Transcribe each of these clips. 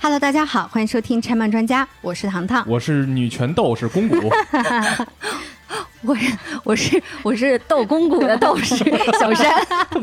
Hello， 大家好，欢迎收听拆漫专家，我是糖糖， 我是女拳斗士公谷， 我是斗公谷的斗士小山。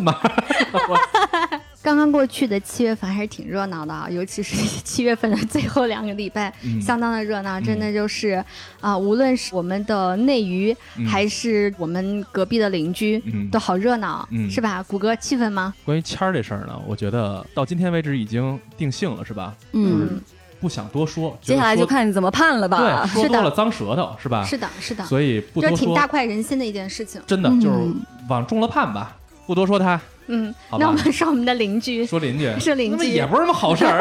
刚刚过去的7月份还是挺热闹的啊，尤其是7月份的最后2个礼拜，相当的热闹，真的就是无论是我们的内娱，还是我们隔壁的邻居，都好热闹，是吧？谷歌气氛吗？ 关于签儿这事儿呢，我觉得到今天为止已经定性了，是吧？不想多说， 接下来就看你怎么判了吧。 对，说多了脏舌头，是吧？ 是的，是的。 所以不多说， 这挺大快人心的一件事情。 真的就是往重了判吧，不多说他。 那我们说我们的邻居， 说邻居， 是邻居， 也不是什么好事儿。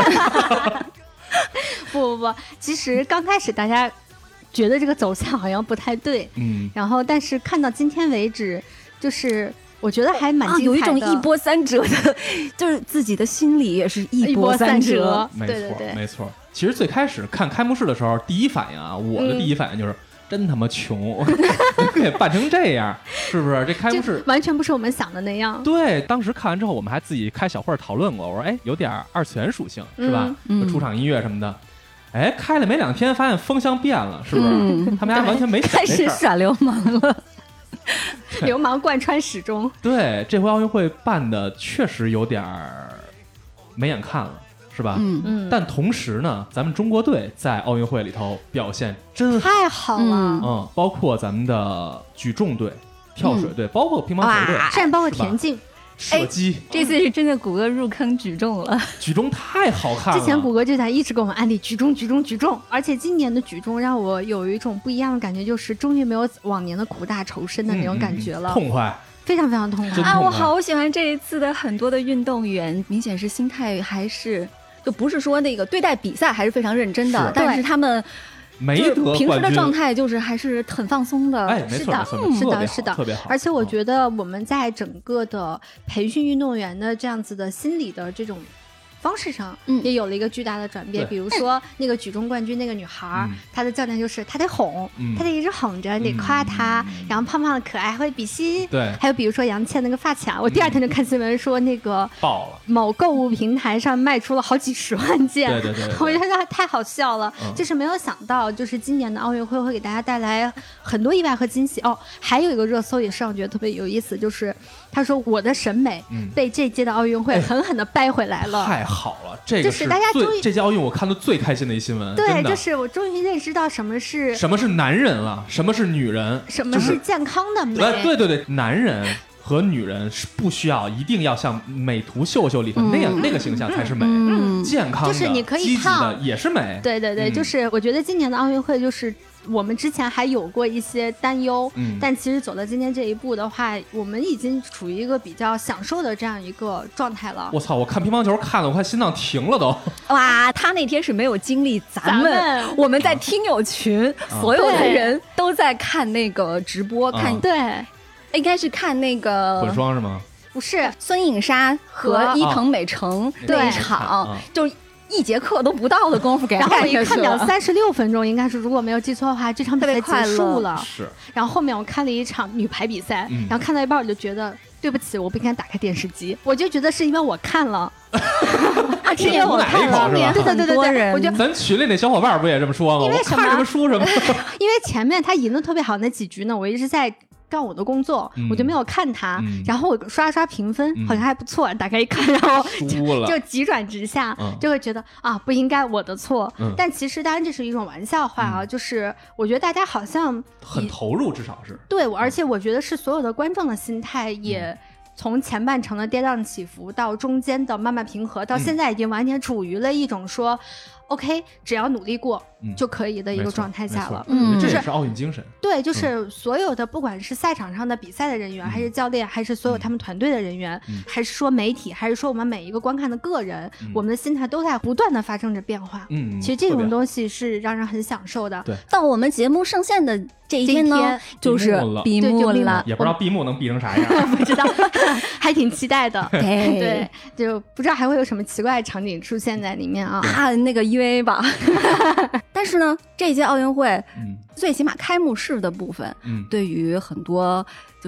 不，其实刚开始大家觉得这个走向好像不太对，然后但是看到今天为止，就是我觉得还蛮精彩的， 有一种一波三折的，就是自己的心里也是一波三折。 对， 没错。其实最开始看开幕式的时候，第一反应啊，我的第一反应就是。真他妈穷，给办成这样，是不是？这开幕式完全不是我们想的那样。 对，当时看完之后，我们还自己开小会讨论过。我说，有点二次元属性，是吧？出场音乐什么的。开了没2天，发现风向变了，是不是？他们家完全没想开始耍流氓了， 流氓贯穿始终。 对，这回奥运会办的确实有点没眼看了。是吧？但同时呢，咱们中国队在奥运会里头表现真太好了。 包括咱们的举重队、跳水队，包括乒乓球队， 甚至包括田径、 射击。 这次是真的谷歌入坑举重了， 举重太好看了。 之前谷歌就在一直给我们安利举重，而且今年的举重让我有一种不一样的感觉，就是终于没有往年的苦大仇深的那种感觉了， 痛快。 非常非常痛快啊！我好喜欢这一次的很多的运动员，明显是心态还是就不是说那个对待比赛还是非常认真的，但是他们没得平时的状态就是还是很放松的。 没错， 是的，特别好。而且我觉得我们在整个的培训运动员的这样子的心理的这种方式上也有了一个巨大的转变。比如说那个举重冠军那个女孩，她的教练就是她得哄，她得一直哄着，你得夸她，然后胖胖的可爱还会比心。 对， 还有比如说杨倩那个发卡，我第2天就看新闻说那个爆了， 某购物平台上卖出了好几10万件。 对， 我觉得太好笑了，就是没有想到，就是今年的奥运会会给大家带来很多意外和惊喜。还有一个热搜也是让我觉得特别有意思，就是他说我的审美被这届的奥运会狠狠的掰回来了。 太好了，这个就是大家终于这届奥运我看的最开心的一新闻。 对，就是我终于认识到什么是男人了，什么是女人， 什么是健康的美。 对，男人和女人是不需要一定要像美图秀秀里头那个形象才是美，健康的就是你可以胖的也是美。 对，就是我觉得今年的奥运会就是我们之前还有过一些担忧，但其实走到今天这一步的话，我们已经处于一个比较享受的这样一个状态了。 我操！我看乒乓球看的我快心脏停了都。 哇，他那天是没有经历我们在听友群，所有的人都在看那个直播，看对， 应该是看那个混双是吗？ 不是， 孙颖莎和伊藤美诚那一场，就1节课都不到的功夫给然后我一看了36分钟，应该是如果没有记错的话，这场比赛结束了。 是。 然后后面我看了一场女排比赛，然后看到一半我就觉得对不起，我不应该打开电视机。我就觉得是因为我看了，是因为我看了。对，我就咱群里那小伙伴不也这么说吗？ 因为什么？ 看什么书什么？ 因为前面他赢得特别好那几局呢，我一直在干我的工作，我就没有看他，然后我刷评分，好像还不错，打开一看，然后就急转直下，就会觉得不应该我的错，但其实当然这是一种玩笑话啊，就是我觉得大家好像很投入，至少是对，而且我觉得是所有的观众的心态也从前半程的跌宕起伏到中间的慢慢平和，到现在已经完全处于了一种说OK， 只要努力过就可以的一个状态下了。 这也是奥运精神。 对，就是所有的不管是赛场上的比赛的人员，还是教练，还是所有他们团队的人员，还是说媒体，还是说我们每一个观看的个人，我们的心态都在不断的发生着变化。其实这种东西是让人很享受的。 对， 到我们节目上线的这一天呢，就是闭幕了， 也不知道闭幕能闭成啥样， 不知道，还挺期待的。对，就不知道还会有什么奇怪的场景出现在里面啊。 那个EVA 吧。但是呢，这届奥运会，最起码开幕式的部分，对于很多就是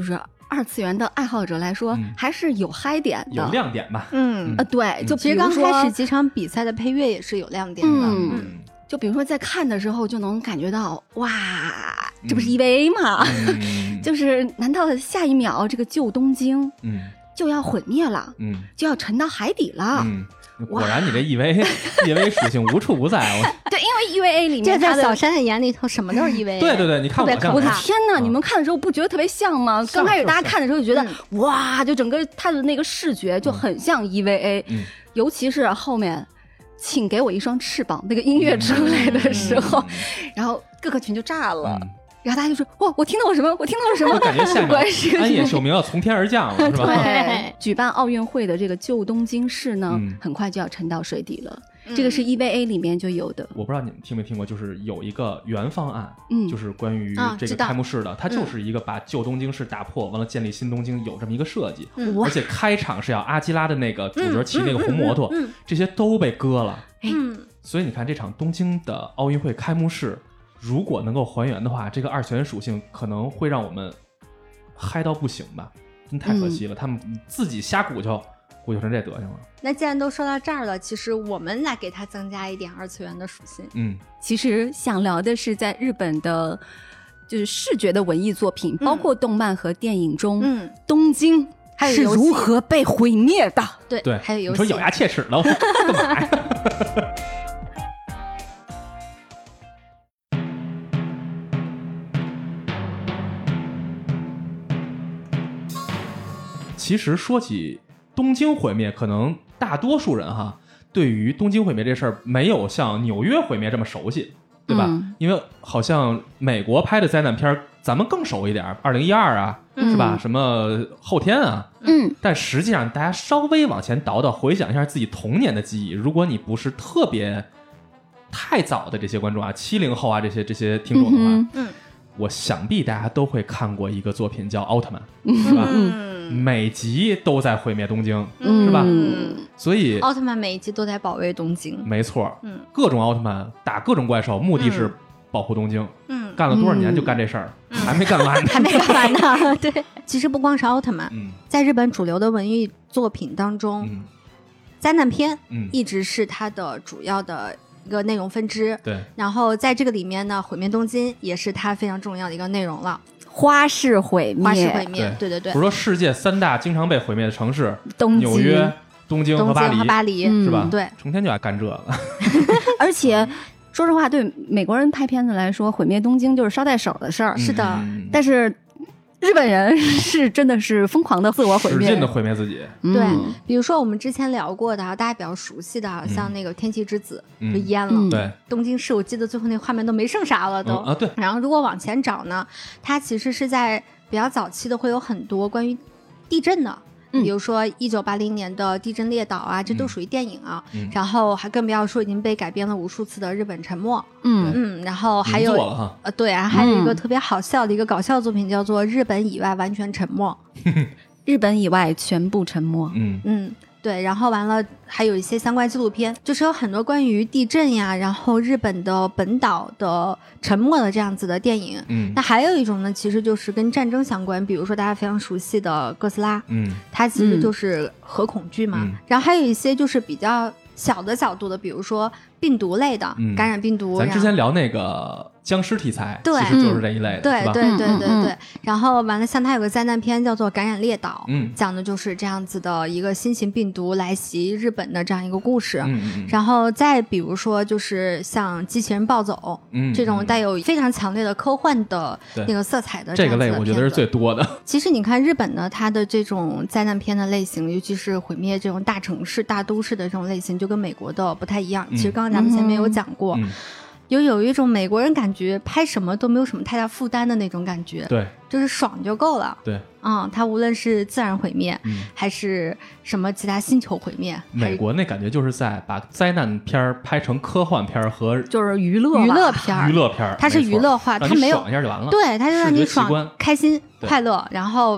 二次元的爱好者来说，还是有嗨点的， 有亮点吧。 对，就其实刚开始几场比赛的配乐也是有亮点的。 就比如说在看的时候就能感觉到，哇，这不是 EVA 吗？就是难道下一秒这个旧东京就要毁灭了，就要沉到海底了？ 果然你这 EVA 属性无处不在。 对，因为 EVA 里面这在小山的眼里头什么都是 EVA。 对对对，你看我像， 我的天哪！你们看的时候不觉得特别像吗？刚开始大家看的时候就觉得哇，就整个它的那个视觉就很像 EVA，尤其是后面请给我一双翅膀那个音乐出来的时候，然后各个群就炸了。然后大家就说：“哇，我听到了什么？我听到了什么？” 我感觉下面安野秀明要从天而降了，是吧？ 对，举办奥运会的这个旧东京市呢，很快就要沉到水底了。这个是 EVA 里面就有的。 我不知道你们听没听过，就是有一个原方案，就是关于这个开幕式的，它就是一个把旧东京市打破，完了建立新东京，有这么一个设计。而且开场是要阿基拉的那个主角骑那个红摩托，这些都被割了。所以你看这场东京的奥运会开幕式。如果能够还原的话，这个二次元属性可能会让我们嗨到不行吧，真太可惜了。他们自己瞎鼓球成这德行了。 那既然都说到这儿了，其实我们来给它增加一点二次元的属性。 其实想聊的是在日本的就是视觉的文艺作品，包括动漫和电影中，东京是如何被毁灭的。 对，还有游戏。 你说咬牙切齿了，干嘛呀？其实说起东京毁灭，可能大多数人对于东京毁灭这事儿没有像纽约毁灭这么熟悉，对吧？因为好像美国拍的灾难片咱们更熟一点，2012啊，是吧？什么后天啊，但实际上大家稍微往前倒倒，回想一下自己童年的记忆，如果你不是特别太早的这些观众70后这些听众的话，我想必大家都会看过一个作品叫奥特曼，是吧？每集都在毁灭东京，是吧？所以奥特曼每一集都在保卫东京， 没错。各种奥特曼打各种怪兽，目的是保护东京。干了多少年就干这事儿，还没干完呢， 还没干完呢。对，其实不光是奥特曼，在日本主流的文艺作品当中，灾难片一直是它的主要的一个内容分支。 对， 然后在这个里面呢，毁灭东京也是它非常重要的一个内容了。 花式毁灭，对，比如说世界3大经常被毁灭的城市， 纽约、东京和巴黎， 是吧？ 对， 成天就爱干这个。 而且说实话，对美国人拍片子来说，毁灭东京就是捎带手的事儿。 是的， 但是日本人是真的是疯狂的自我毁灭， 使劲的毁灭自己。 对，比如说我们之前聊过的，大家比较熟悉的，像那个天气之子就淹了， 对， 东京市我记得最后那个画面都没剩啥了都。 对。 然后如果往前找呢，它其实是在比较早期的会有很多关于地震的。比如说1980年的地震列岛这都属于电影啊。然后还更不要说已经被改编了无数次的日本沉没。然后还有对还有一个特别好笑的一个搞笑作品叫做日本以外完全沉没。 日本以外全部沉没。 对，然后完了还有一些相关纪录片，就是有很多关于地震呀，然后日本的本岛的沉没的这样子的电影。那还有一种呢，其实就是跟战争相关，比如说大家非常熟悉的哥斯拉，它其实就是核恐惧嘛。然后还有一些就是比较小的角度的，比如说病毒类的，感染病毒。 咱之前聊那个僵尸题材， 对， 其实就是这一类的， 对。然后完了，像它有个灾难片叫做《感染列岛》，讲的就是这样子的一个新型病毒来袭日本的这样一个故事。然后再比如说，就是像机器人暴走，这种带有非常强烈的科幻的那个色彩的这个类，我觉得是最多的。 其实你看日本呢，它的这种灾难片的类型，尤其是毁灭这种大城市、大都市的这种类型，就跟美国的不太一样。其实刚刚咱们前面有讲过。有一种美国人感觉拍什么都没有什么太大负担的那种感觉， 对， 就是爽就够了。 对， 他无论是自然毁灭，还是什么其他星球毁灭， 美国那感觉就是在把灾难片拍成科幻片和就是娱乐片，它是娱乐化，它没有爽一下就完了。 对，它就让你爽、开心、快乐，然后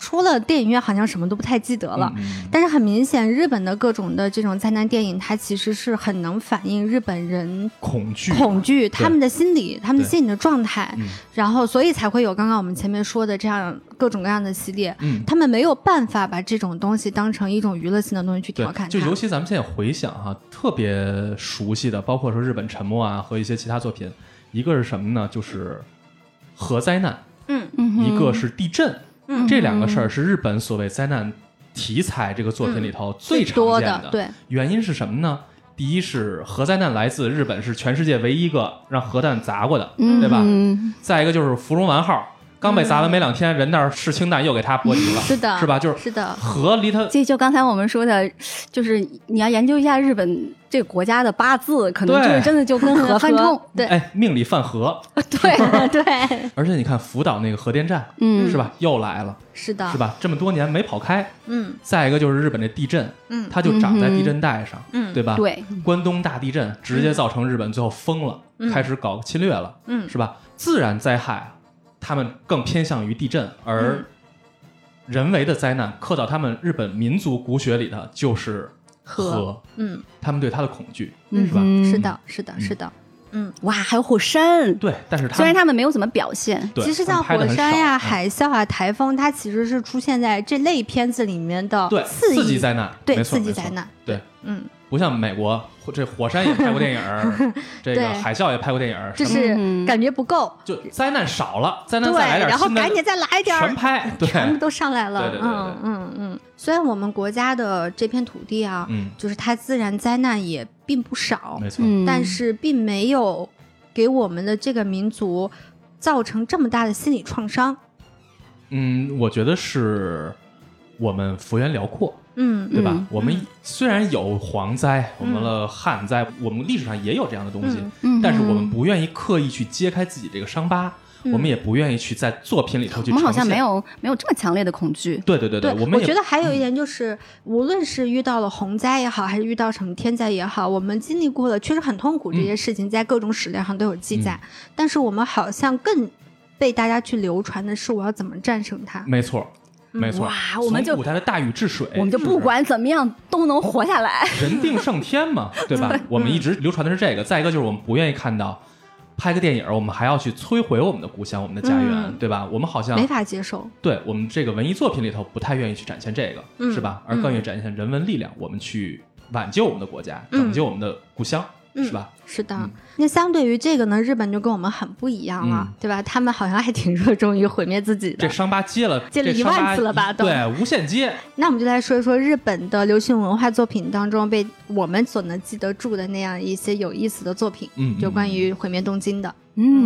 出了电影院好像什么都不太记得了，但是很明显日本的各种的这种灾难电影它其实是很能反映日本人恐惧他们的心理他们心理的状态，然后所以才会有刚刚我们前面说的这样各种各样的系列，他们没有办法把这种东西当成一种娱乐性的东西去调侃它。 就尤其咱们现在回想哈，特别熟悉的包括说日本沉没啊和一些其他作品，一个是什么呢？就是核灾难，一个是地震，这两个事儿是日本所谓灾难题材这个作品里头最常见的。 对， 原因是什么呢？第一是核灾难来自日本，是全世界唯一一个让核弹砸过的，对吧？再一个就是芙蓉丸号刚被砸完没2天，人那儿试氢弹又给他波及了， 是的， 是吧？就是的， 核离他就刚才我们说的，就是你要研究一下日本这个国家的八字，可能就是真的就跟核犯冲， 对， 哎，命里犯核， 对对。 而且你看福岛那个核电站，是吧？又来了， 是的， 是吧？这么多年没跑开，再一个就是日本这地震，它就长在地震带上，对吧？ 对， 关东大地震直接造成日本最后疯了，开始搞侵略了，是吧？自然灾害他们更偏向于地震，而人为的灾难刻到他们日本民族骨血里的就是核，他们对它的恐惧，是吧？ 是的，是的，是的。 哇，还有火山， 对，但是虽然他们没有怎么表现， 其实像火山呀、海啸啊、台风，它其实是出现在这类片子里面的刺激灾难， 对，刺激灾难， 对，不像美国，这火山也拍过电影，这个海啸也拍过电影， 就是感觉不够， 就灾难少了，灾难再来点， 然后赶紧再来一点， 全拍，对， 全部都上来了， 对。 虽然我们国家的这片土地啊，就是它自然灾难也并不少， 没错， 但是并没有给我们的这个民族造成这么大的心理创伤。 我觉得是我们幅员辽阔。对吧？我们虽然有蝗灾，我们的旱灾，我们历史上也有这样的东西，但是我们不愿意刻意去揭开自己这个伤疤，我们也不愿意去在作品里头去呈现。 我们好像没有这么强烈的恐惧。 对，我觉得还有一点就是，无论是遇到了洪灾也好，还是遇到什么天灾也好，我们经历过了确实很痛苦，这些事情在各种史料上都有记载，但是我们好像更被大家去流传的是我要怎么战胜它。 没错。 哇，我们就从古代的大禹治水， 我们就不管怎么样都能活下来， 人定胜天嘛，对吧？我们一直流传的是这个。再一个就是我们不愿意看到拍个电影，我们还要去摧毁我们的故乡、我们的家园，对吧？我们好像没法接受。 对，我们这个文艺作品里头不太愿意去展现这个，是吧？而更愿意展现人文力量，我们去挽救我们的国家，拯救我们的故乡。是吧？ 是的。那相对于这个呢，日本就跟我们很不一样了，对吧？他们好像还挺热衷于毁灭自己的。 这伤疤接了 1万次了吧？ 对，无限接。 那我们就来说一说日本的流行文化作品当中被我们所能记得住的那样一些有意思的作品，就关于毁灭东京的。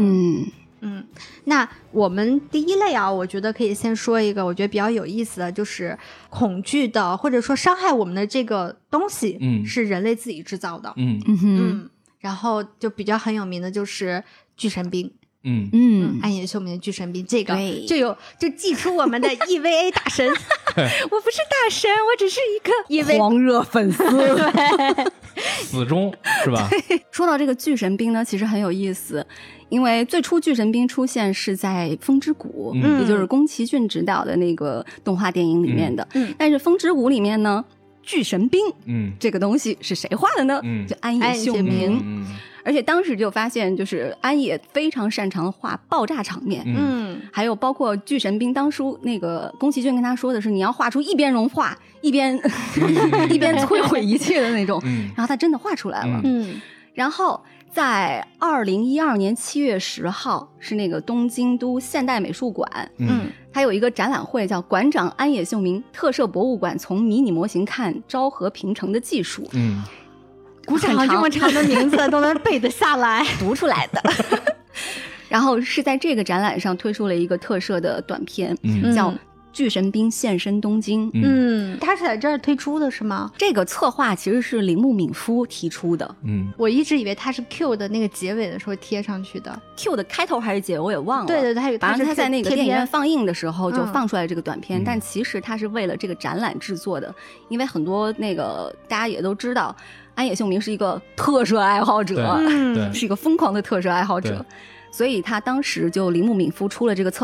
那我们第一类啊，我觉得可以先说一个我觉得比较有意思的，就是恐惧的或者说伤害我们的这个东西，是人类自己制造的。然后就比较很有名的就是巨神兵。暗野秀明的巨神兵，这个就祭出我们的 EVA 大神。我不是大神，我只是一个狂热粉丝。 死忠是吧？ 说到这个巨神兵呢，其实很有意思，因为最初巨神兵出现是在《风之谷》，也就是宫崎骏执导的那个动画电影里面的。但是《风之谷》里面呢，巨神兵这个东西是谁画的呢？就安野秀明。而且当时就发现，就是安野非常擅长画爆炸场面，还有包括巨神兵，当初那个宫崎骏跟他说的是，你要画出一边融化一边一边摧毁一切的那种，然后他真的画出来了。然后在2012年7月10号是那个东京都现代美术馆，它有一个展览会叫馆长安野秀明特摄博物馆从迷你模型看昭和平成的技术。 鼓掌，这么长的名字都能背得下来， 读出来的。然后是在这个展览上推出了一个特摄的短片，叫《巨神兵现身东京》。 他是在这儿推出的是吗？ 这个策划其实是铃木敏夫提出的。 我一直以为他是 Q 的那个结尾的时候贴上去的。 Q 的开头还是结尾我也忘了。 对， 反正他在那个电影院放映的时候就放出来这个短片，但其实他是为了这个展览制作的，因为很多那个大家也都知道。安野秀明是一个特摄爱好者，是一个疯狂的特摄爱好者，所以他当时就铃木敏夫出了这个策划，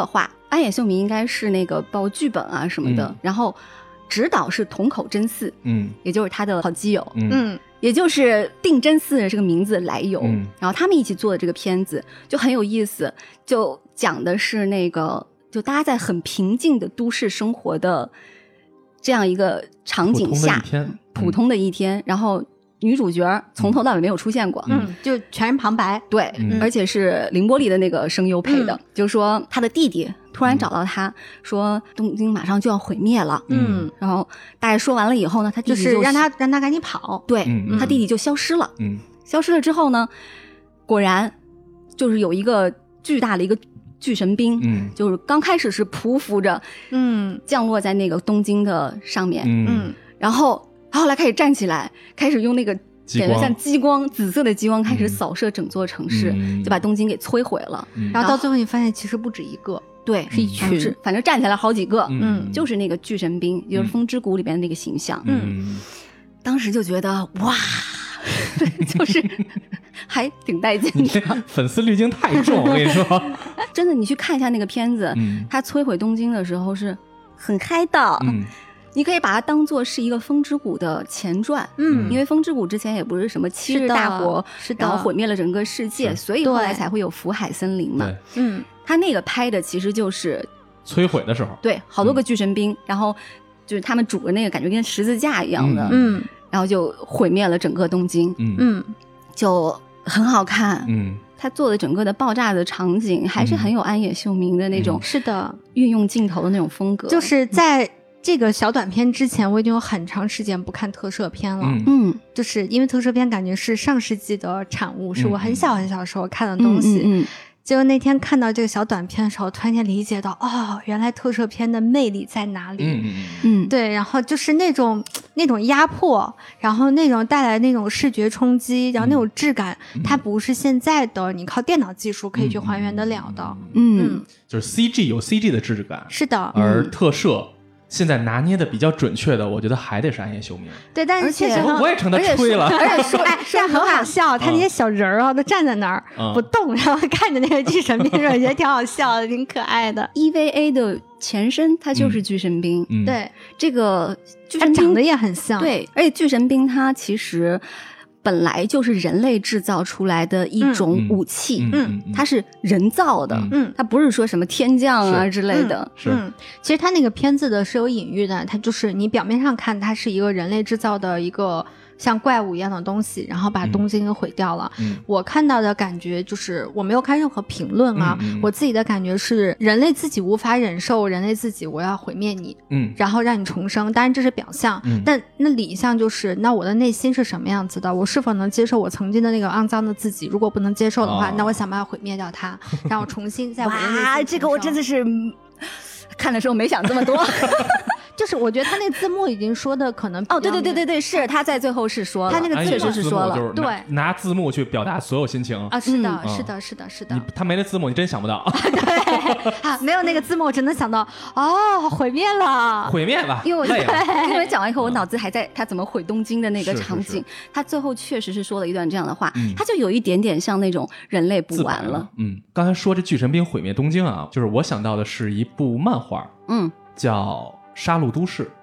安野秀明应该是那个报剧本啊什么的，然后指导是樋口真嗣，也就是他的好基友，也就是定真嗣的这个名字来由，然后他们一起做的这个片子就很有意思，就讲的是那个就大家在很平静的都市生活的这样一个场景下，普通的一天，然后女主角从头到尾没有出现过， 就全是旁白， 对，而且是凌波丽的那个声优配的，就是说他的弟弟突然找到他，说东京马上就要毁灭了，然后大概说完了以后呢，他弟弟就是让他赶紧跑， 对，他弟弟就消失了，消失了之后呢，果然就是有一个巨大的一个巨神兵，就是刚开始是匍匐着，降落在那个东京的上面，然后后来开始站起来，开始用那个感觉像激光，紫色的激光开始扫射整座城市，就把东京给摧毁了。 然后到最后你发现其实不止一个， 对， 是一群， 反正站起来好几个，就是那个巨神兵，也就是风之谷里边的那个形象。当时就觉得哇，就是还挺带劲的。 粉丝滤镜太重，我跟你说， 真的，你去看一下那个片子，他摧毁东京的时候是很嗨的。你可以把它当做是一个风之谷的前传，因为风之谷之前也不是什么七日大火，然后毁灭了整个世界，所以后来才会有福海森林嘛。他那个拍的其实就是摧毁的时候， 对，好多个巨神兵，然后就是他们拄着那个感觉跟十字架一样的，然后就毁灭了整个东京，就很好看，他做的整个的爆炸的场景还是很有安野秀明的那种， 是的， 运用镜头的那种风格， 就是在这个小短片之前我已经有很长时间不看特摄片了，就是因为特摄片感觉是上世纪的产物，是我很小很小时候看的东西，结果那天看到这个小短片的时候，突然间理解到，哦，原来特摄片的魅力在哪里，对，然后就是那种压迫，然后那种带来那种视觉冲击，然后那种质感，它不是现在的你靠电脑技术可以去还原得了的， 就是 CG 有 CG 的质感， 是的， 而特摄现在拿捏的比较准确的，我觉得还得是安野秀明。 对，但是确实我也成他吹了， 而且说很好笑，他那些小人儿啊都站在那儿不动，然后看着那个巨神兵，我觉得挺好笑的，挺可爱的。 EVA 的前身它就是巨神兵， 对， 这个巨神兵长得也很像， 对，而且巨神兵它其实本来就是人类制造出来的一种武器，它是人造的，它不是说什么天降啊之类的， 其实它那个片子的是有隐喻的，它就是你表面上看它是一个人类制造的一个像怪物一样的东西，然后把东京给毁掉了，我看到的感觉就是我没有看任何评论啊，我自己的感觉是人类自己无法忍受人类自己我要毁灭你，然后让你重生，当然这是表象，但那里象就是那我的内心是什么样子的，我是否能接受我曾经的那个肮脏的自己，如果不能接受的话，那我想办法毁灭掉它，让我重新在我的内心重生。 这个我真的是看的时候没想这么多就是我觉得他那字幕已经说的可能对，是他在最后是说了， 他那个确实是说了， 对，拿字幕去表达所有心情啊，是的， 他没那字幕你真想不到对，没有那个字幕我只能想到毁灭了， 毁灭吧， 因为讲完以后我脑子还在他怎么毁东京的那个场景，他最后确实是说了一段这样的话，他就有一点点像那种人类不玩了。 刚才说这巨神兵毁灭东京啊，就是我想到的是一部漫画，叫杀戮都市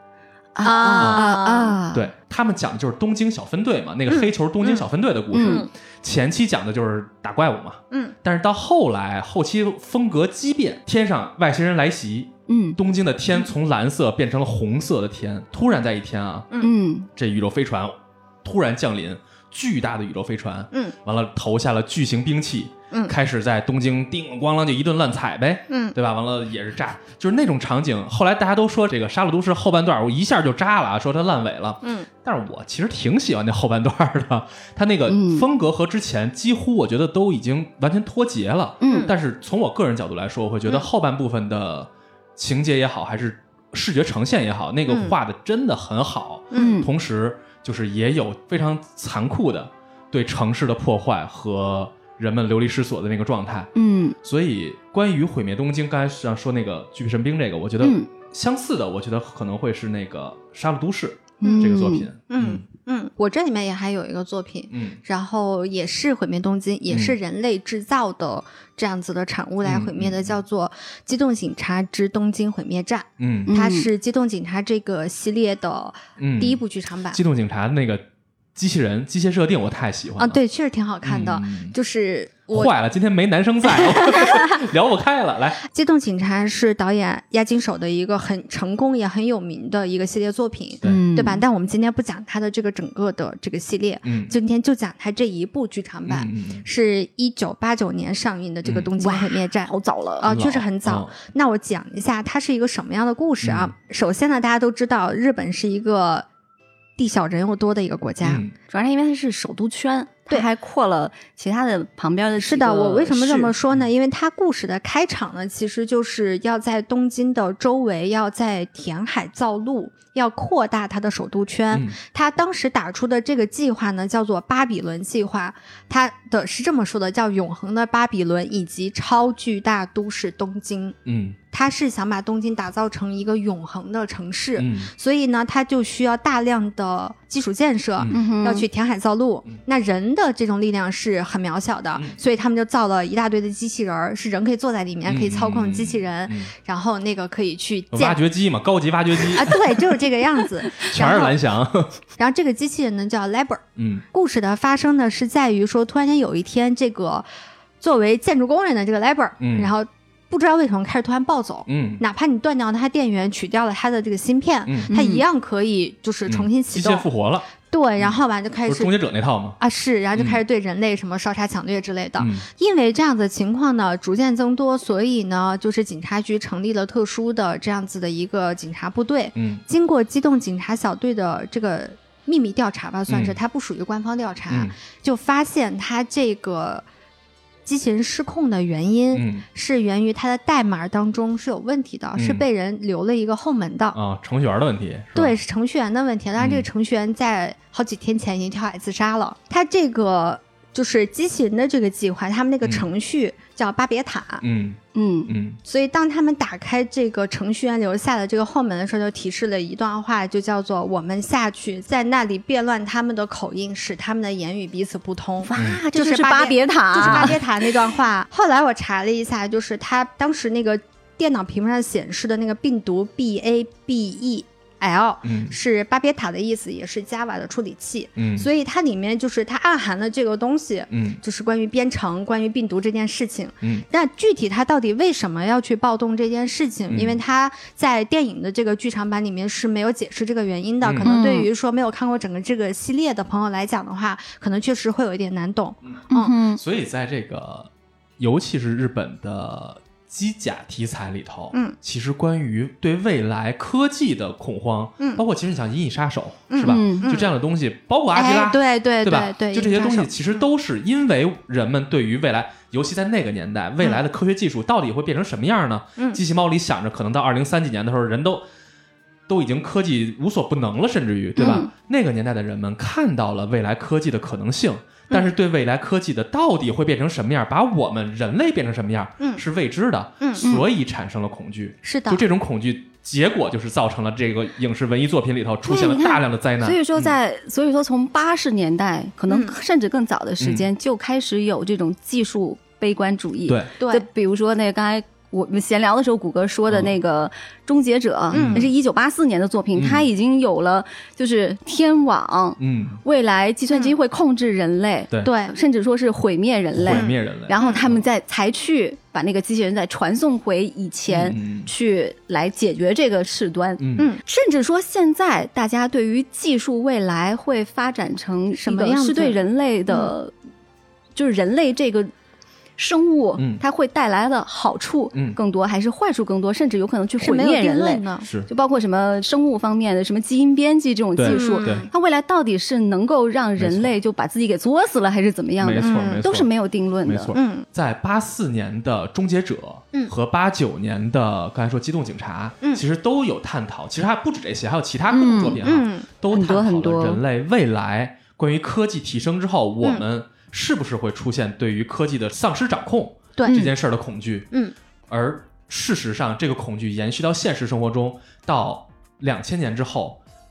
对，他们讲的就是东京小分队嘛，那个黑球东京小分队的故事，前期讲的就是打怪物嘛，但是到后期风格激变，天上外星人来袭，东京的天从蓝色变成了红色的天，突然在一天啊，这宇宙飞船突然降临，巨大的宇宙飞船，完了投下了巨型兵器，开始在东京叮咣啷就一顿乱踩呗，对吧？完了也是炸，就是那种场景。后来大家都说这个《杀戮都市》后半段我一下就炸了，说它烂尾了。但是我其实挺喜欢那后半段的，它那个风格和之前几乎我觉得都已经完全脱节了。但是从我个人角度来说，我会觉得后半部分的情节也好，还是视觉呈现也好，那个画的真的很好。同时就是也有非常残酷的对城市的破坏和人们流离失所的那个状态，所以关于毁灭东京，刚才说那个巨神兵这个，我觉得相似的，我觉得可能会是那个杀戮都市， 这个作品。 我这里面也还有一个作品，然后也是毁灭东京，也是人类制造的这样子的产物来毁灭的，叫做《机动警察之东京毁灭战》。它是机动警察这个系列的第一部剧场版。 机动警察那个机器人机械设定我太喜欢了对，确实挺好看的。就是坏了，今天没男生在聊不开了。来， 机动警察是导演押井守的一个很成功也很有名的一个系列作品，对吧？但我们今天不讲他的这个整个的这个系列，今天就讲他这一部剧场版，是1989年上映的这个东京毁灭战。 好早了确实很早。那我讲一下它是一个什么样的故事啊。首先呢，大家都知道日本是一个地小人又多的一个国家， 主要是因为它是首都圈，对，还扩了其他的旁边的。 是的，我为什么这么说呢？因为它故事的开场呢，其实就是要在东京的周围要在填海造陆，要扩大它的首都圈。他当时打出的这个计划呢，叫做巴比伦计划，它的是这么说的，叫永恒的巴比伦以及超巨大都市东京。他是想把东京打造成一个永恒的城市，所以呢，他就需要大量的基础建设，要去填海造陆。那人的这种力量是很渺小的，所以他们就造了一大堆的机器人，是人可以坐在里面，可以操控机器人，然后那个可以去挖掘机嘛，高级挖掘机啊，对，就是这个样子， 全是蓝翔。 然后这个机器人呢叫 Labor。故事的发生呢是在于说，突然间有一天，这个作为建筑工人的这个 Labor，然后不知道为什么开始突然暴走，哪怕你断掉它电源，取掉了它的这个芯片，它一样可以就是重新启动， 机械复活了。 对，然后吧就开始终结者那套吗？ 是，然后就开始对人类什么烧杀抢掠之类的。因为这样的情况呢逐渐增多，所以呢就是警察局成立了特殊的这样子的一个警察部队。经过机动警察小队的这个秘密调查吧，算是，它不属于官方调查，就发现它这个机器人失控的原因是源于它的代码当中是有问题的，是被人留了一个后门的程序员的问题。 对，是程序员的问题。当然这个程序员在好几天前已经跳海自杀了。他这个就是机器人的这个计划，他们那个程序叫巴别塔。所以当他们打开这个程序员留下的这个后门的时候，就提示了一段话，就叫做我们下去在那里变乱他们的口音，使他们的言语彼此不通。 这就是巴别塔， 就是巴别塔那段话。后来我查了一下，就是他当时那个电脑屏幕上显示的那个病毒 BABEL，是巴别塔的意思，也是 Java 的处理器。所以它里面就是它暗含的这个东西，就是关于编程，关于病毒这件事情。那具体它到底为什么要去暴动这件事情，因为它在电影的这个剧场版里面是没有解释这个原因的，可能对于说没有看过整个这个系列的朋友来讲的话，可能确实会有一点难懂。 所以在这个尤其是日本的机甲题材里头，其实关于对未来科技的恐慌，包括其实你像《银翼杀手》是吧？就这样的东西，包括阿基拉， 对吧？ 对， 就这些东西其实都是因为人们对于未来，尤其在那个年代，未来的科学技术到底会变成什么样呢？机器猫里想着，可能到2030几年的时候，人都已经科技无所不能了，甚至于对吧？那个年代的人们看到了未来科技的可能性。但是对未来科技的到底会变成什么样，把我们人类变成什么样，是未知的，所以产生了恐惧。 是的， 就这种恐惧，结果就是造成了这个影视文艺作品里头出现了大量的灾难。 所以说从80年代，可能甚至更早的时间，就开始有这种技术悲观主义。 对， 就比如说那个刚才我们闲聊的时候，谷歌说的那个终结者，那是1984年的作品，它已经有了就是天网，未来计算机会控制人类， 对， 甚至说是毁灭人类，然后他们才去把那个机器人再传送回以前去来解决这个事端，甚至说现在大家对于技术未来会发展成什么样，是对人类的，就是人类这个生物它会带来的好处更多，还是坏处更多，甚至有可能去毁灭人类呢？ 是， 就包括什么生物方面的什么基因编辑这种技术，它未来到底是能够让人类就把自己给作死了，还是怎么样的？ 没错， 都是没有定论的。 没错，在84年的终结者和89年的刚才说机动警察，其实都有探讨。其实还不止这些，还有其他各种作品都探讨了人类未来关于科技提升之后，我们是不是会出现对于科技的丧失掌控这件事儿的恐惧？而事实上，这个恐惧延续到现实生活中，到2000年之后，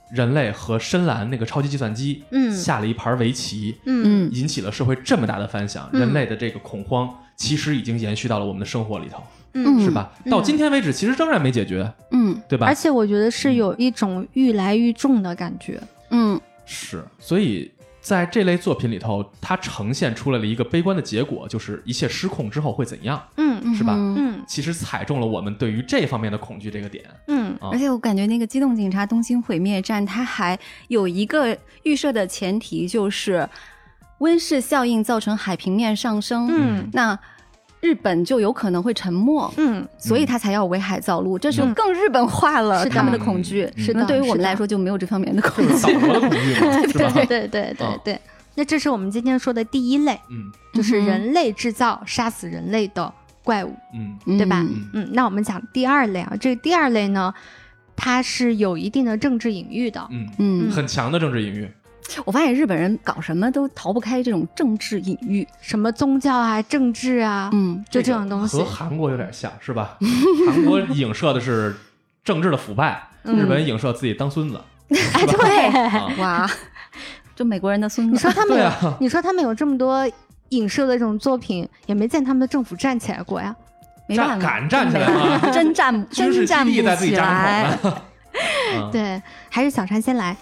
人类和深蓝那个超级计算机下了一盘围棋，引起了社会这么大的反响，人类的这个恐慌其实已经延续到了我们的生活里头，是吧？到今天为止其实仍然没解决，对吧？ 而且我觉得是有一种愈来愈重的感觉， 是，所以在这类作品里头，它呈现出来了一个悲观的结果，就是一切失控之后会怎样，是吧？其实踩中了我们对于这方面的恐惧这个点， 而且我感觉那个机动警察东京毁灭战，它还有一个预设的前提，就是温室效应造成海平面上升，那日本就有可能会沉没，所以他才要围海造陆，这就更日本化了他们的恐惧。 是的， 对于我们来说就没有这方面的恐惧， 岛国的恐惧嘛，是吧？ 对。那这是我们今天说的第一类，就是人类制造杀死人类的怪物，对吧？那我们讲第二类啊，这个第二类呢，它是有一定的政治隐喻的， 很强的政治隐喻。 我发现日本人搞什么都逃不开这种政治隐喻， 什么宗教啊、政治啊，就这种东西， 和韩国有点像，是吧？韩国影射的是政治的腐败，日本影射自己当孙子。 哎，对，哇，就美国人的孙子。 你说他们有这么多影射的这种作品，也没见他们的政府站起来过呀？ 没办法， 敢站起来吗？ 真站不起来。 对，还是小婵先来。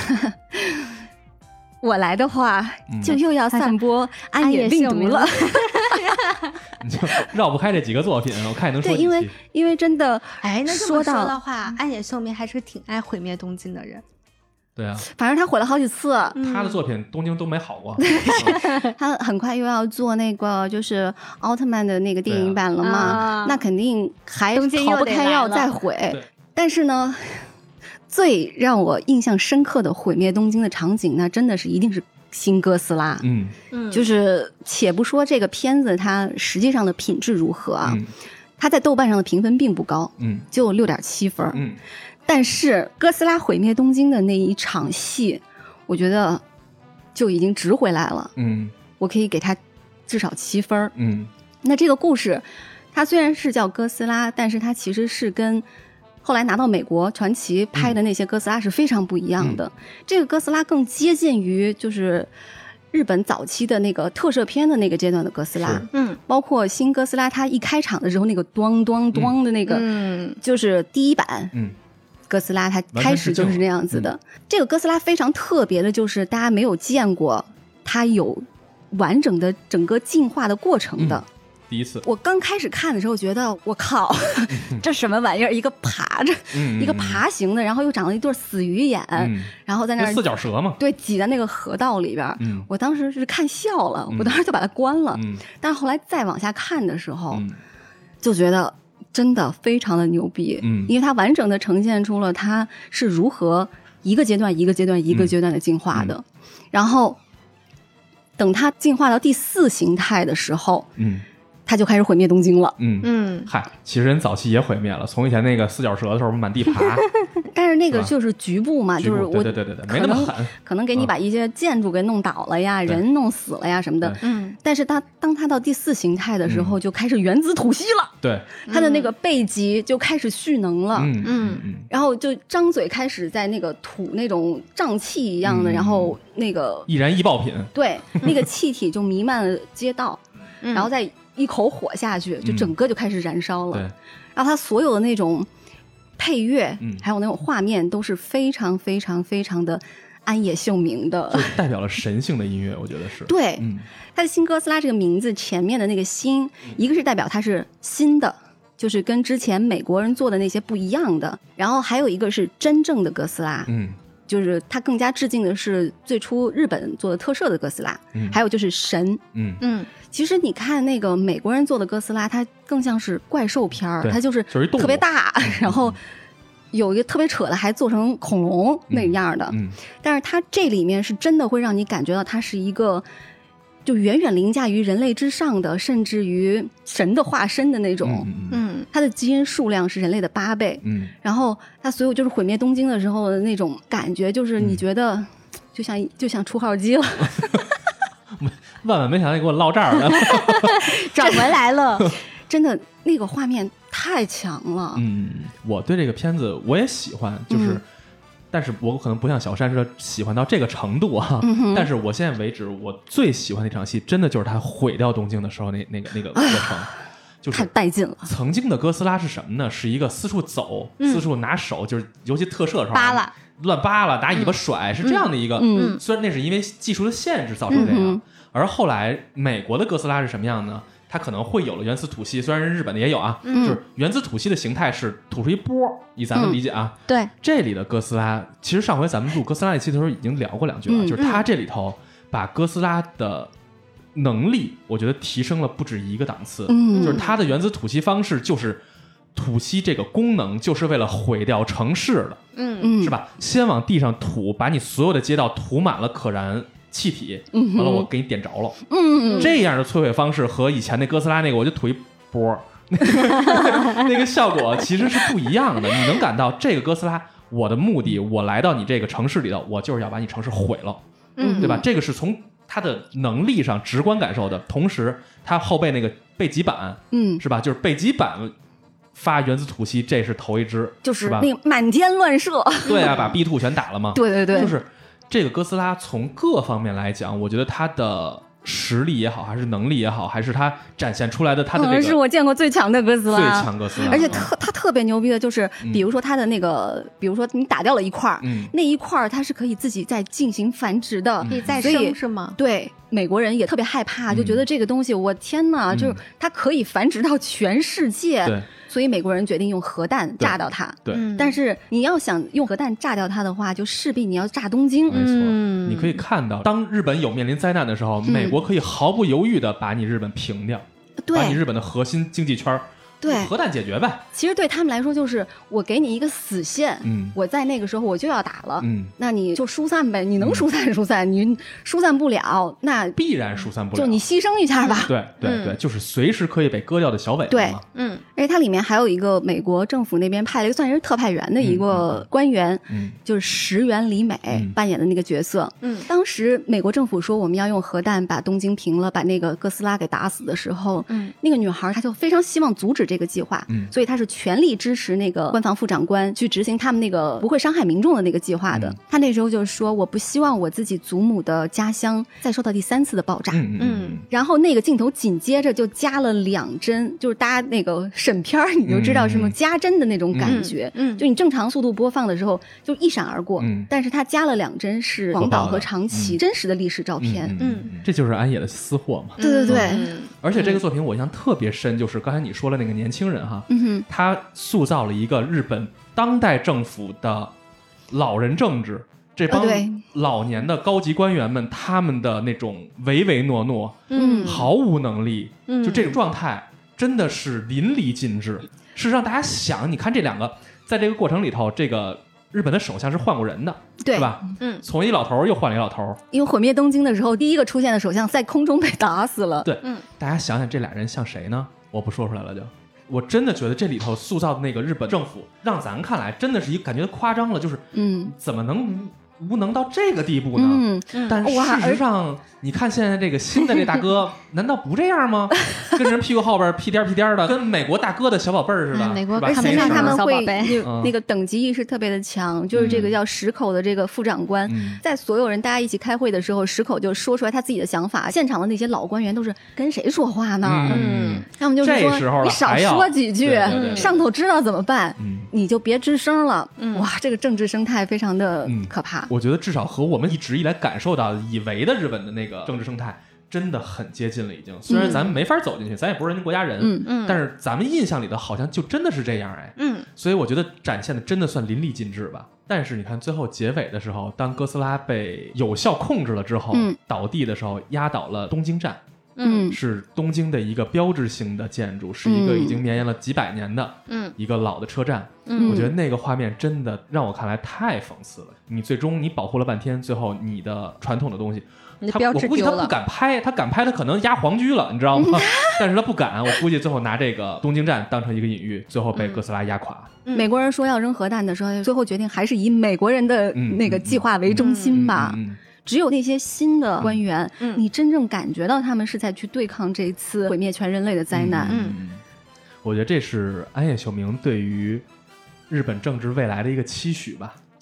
我来的话，就又要散播安野病毒了。 你就绕不开这几个作品，我看你能说几期。对，因为真的， 那这么说的话，安野秀明还是挺爱毁灭东京的人。 对啊， 反正他毁了好几次， 他的作品东京都没好过。 他很快又要做那个就是奥特曼的那个电影版了嘛，那肯定还逃不开要再毁。但是呢，最让我印象深刻的毁灭东京的场景，那真的是一定是新哥斯拉。就是且不说这个片子它实际上的品质如何啊，它在豆瓣上的评分并不高，就6.7分。但是哥斯拉毁灭东京的那一场戏，我觉得就已经值回来了。我可以给它至少7分。那这个故事它虽然是叫哥斯拉，但是它其实是跟后来拿到美国传奇拍的那些哥斯拉是非常不一样的。这个哥斯拉更接近于就是日本早期的那个特摄片的那个阶段的哥斯拉，包括新哥斯拉它一开场的时候那个咚咚咚的那个，就是第一版，哥斯拉它开始就是这样子的。这个哥斯拉非常特别的就是大家没有见过它有完整的整个进化的过程的。 第一次我刚开始看的时候觉得我靠这什么玩意儿，一个爬着一个爬行的，然后又长了一对死鱼眼，然后在那四脚蛇嘛， 对，挤在那个河道里边，我当时是看笑了，我当时就把它关了，但是后来再往下看的时候，就觉得真的非常的牛逼，因为它完整的呈现出了它是如何一个阶段一个阶段一个阶段的进化的，然后等它进化到第4形态的时候，他就开始毁灭东京了。 嗨，其实人早期也毁灭了，从以前那个四脚蛇的时候满地爬， 但是那个就是局部嘛，就是我对，没那么狠， 可能给你把一些建筑给弄倒了呀，人弄死了呀什么的。但是当他到第4形态的时候，就开始原子吐息了。 对， 他的那个背脊就开始蓄能了。然后就张嘴开始在那个吐那种瘴气一样的，然后那个易燃易爆品， 对，那个气体就弥漫了街道，然后再一口火下去，就整个就开始燃烧了。然后它所有的那种配乐，还有那种画面，都是非常非常非常的安野秀明的， 就代表了神性的音乐，我觉得是。 对，它的新哥斯拉这个名字前面的那个新，一个是代表它是新的，就是跟之前美国人做的那些不一样的，然后还有一个是真正的哥斯拉，就是它更加致敬的是最初日本做的特摄的哥斯拉，还有就是神，其实你看那个美国人做的哥斯拉，它更像是怪兽片儿，它就是特别大，然后有一个特别扯的还做成恐龙那样的，但是它这里面是真的会让你感觉到它是一个就远远凌驾于人类之上的，甚至于神的化身的那种，它的基因数量是人类的8倍，然后它所有就是毁灭东京的时候的那种感觉，就是你觉得就像出号机了。 万万没想到你给我唠这儿了， 转回来了， 真的那个画面太强了。 我对这个片子我也喜欢，就是。 但是我可能不像小山是喜欢到这个程度啊。但是我现在为止，我最喜欢的一场戏，真的就是他毁掉东京的时候那个过程。就是太带劲了。 曾经的哥斯拉是什么呢？是一个四处走，四处拿手，就是尤其特摄的时候扒拉乱扒拉，拿尾巴甩，是这样的一个。虽然那是因为技术的限制造成这样，而后来美国的哥斯拉是什么样呢？它可能会有了原子吐息，虽然日本的也有啊，就是原子吐息的形态是吐出一波，以咱们理解啊。 对， 这里的哥斯拉，其实上回咱们录哥斯拉那期的时候已经聊过2句了，就是它这里头把哥斯拉的能力我觉得提升了不止一个档次，就是它的原子吐息方式就是吐息这个功能就是为了毁掉城市的，是吧？先往地上吐，把你所有的街道涂满了可燃气体，完了我给你点着了，这样的摧毁方式和以前那哥斯拉那个我就吐一波那个效果其实是不一样的。你能感到这个哥斯拉，我的目的，我来到你这个城市里头，我就是要把你城市毁了，对吧？这个是从它的能力上直观感受的，同时它后背那个背脊板，是吧？就是背脊板发原子吐息，这是头一支， 就是那个满天乱射， 对啊，把 B2 全打了嘛。 对对对， 就是这个哥斯拉从各方面来讲，我觉得它的实力也好，还是能力也好，还是它展现出来的它的这个， 是我见过最强的哥斯拉， 最强哥斯拉。 而且它特别牛逼的就是，比如说它的那个，比如说你打掉了一块，那一块它是可以自己再进行繁殖的， 可以再生是吗？ 对。美国人也特别害怕，就觉得这个东西，我天哪，就是它可以繁殖到全世界，所以美国人决定用核弹炸掉它。 对， 但是你要想用核弹炸掉它的话，就势必你要炸东京。 没错，你可以看到，当日本有面临灾难的时候，美国可以毫不犹豫的把你日本平掉，把你日本的核心经济圈对， 核弹解决呗。 其实对他们来说，就是我给你一个死线，我在那个时候我就要打了，那你就疏散呗，你能疏散疏散，你疏散不了，那必然疏散不了， 就你牺牲一下吧。 对对对，就是随时可以被割掉的小尾巴嘛。 而且它里面还有一个美国政府那边派了一个算是特派员的一个官员，就是石原里美扮演的那个角色。当时美国政府说我们要用核弹把东京平了，把那个哥斯拉给打死的时候，那个女孩她就非常希望阻止这个计划，所以她是全力支持那个官房副长官去执行他们那个不会伤害民众的那个计划的。她那时候就说我不希望我自己祖母的家乡再受到第3次的爆炸。然后那个镜头紧接着就加了2帧，就是大家那个审片你就知道什么加帧的那种感觉，就你正常速度播放的时候就一闪而过，但是它加了2帧是广岛和长崎真实的历史照片。 这就是安野的私货嘛。 对对对， 而且这个作品我印象特别深，就是刚才你说了那个年轻人哈，他塑造了一个日本当代政府的老人政治，这帮老年的高级官员们，他们的那种唯唯诺诺，毫无能力，就这种状态真的是淋漓尽致。事实上大家想，你看这2个在这个过程里头，这个日本的首相是换过人的，对吧？从一老头又换了一老头。 因为毁灭东京的时候，第一个出现的首相在空中被打死了。 对，大家想想这俩人像谁呢？我不说出来了就。我真的觉得这里头塑造的那个日本政府，让咱看来真的是一个感觉夸张了，就是怎么能无能到这个地步呢？但事实上，你看现在这个新的这大哥，难道不这样吗？跟人屁股后边屁颠屁颠的，跟美国大哥的小宝贝儿似的。 美国而且他们会那个等级意识特别的强，就是这个叫石口的这个副长官，在所有人大家一起开会的时候，石口就说出来他自己的想法，现场的那些老官员都是跟谁说话呢？他们就是说你少说几句，上头知道怎么办，你就别吱声了。哇，这个政治生态非常的可怕。 我觉得至少和我们一直以来感受到以为的日本的那个政治生态真的很接近了已经。虽然咱们没法走进去，咱也不是人家国家人，但是咱们印象里的好像就真的是这样哎。所以我觉得展现的真的算淋漓尽致吧。但是你看最后结尾的时候，当哥斯拉被有效控制了之后，倒地的时候压倒了东京站，是东京的一个标志性的建筑，是一个已经绵延了几百年的一个老的车站。我觉得那个画面真的让我看来太讽刺了。你最终你保护了半天，最后你的传统的东西，我估计他不敢拍，他敢拍他可能压皇居了，你知道吗？但是他不敢，我估计最后拿这个东京站当成一个隐喻，最后被哥斯拉压垮。 美国人说要扔核弹的时候，最后决定还是以美国人的那个计划为中心吧。只有那些新的官员，你真正感觉到他们是在去对抗这一次毁灭全人类的灾难。 我觉得这是安野秀明对于日本政治未来的一个期许吧。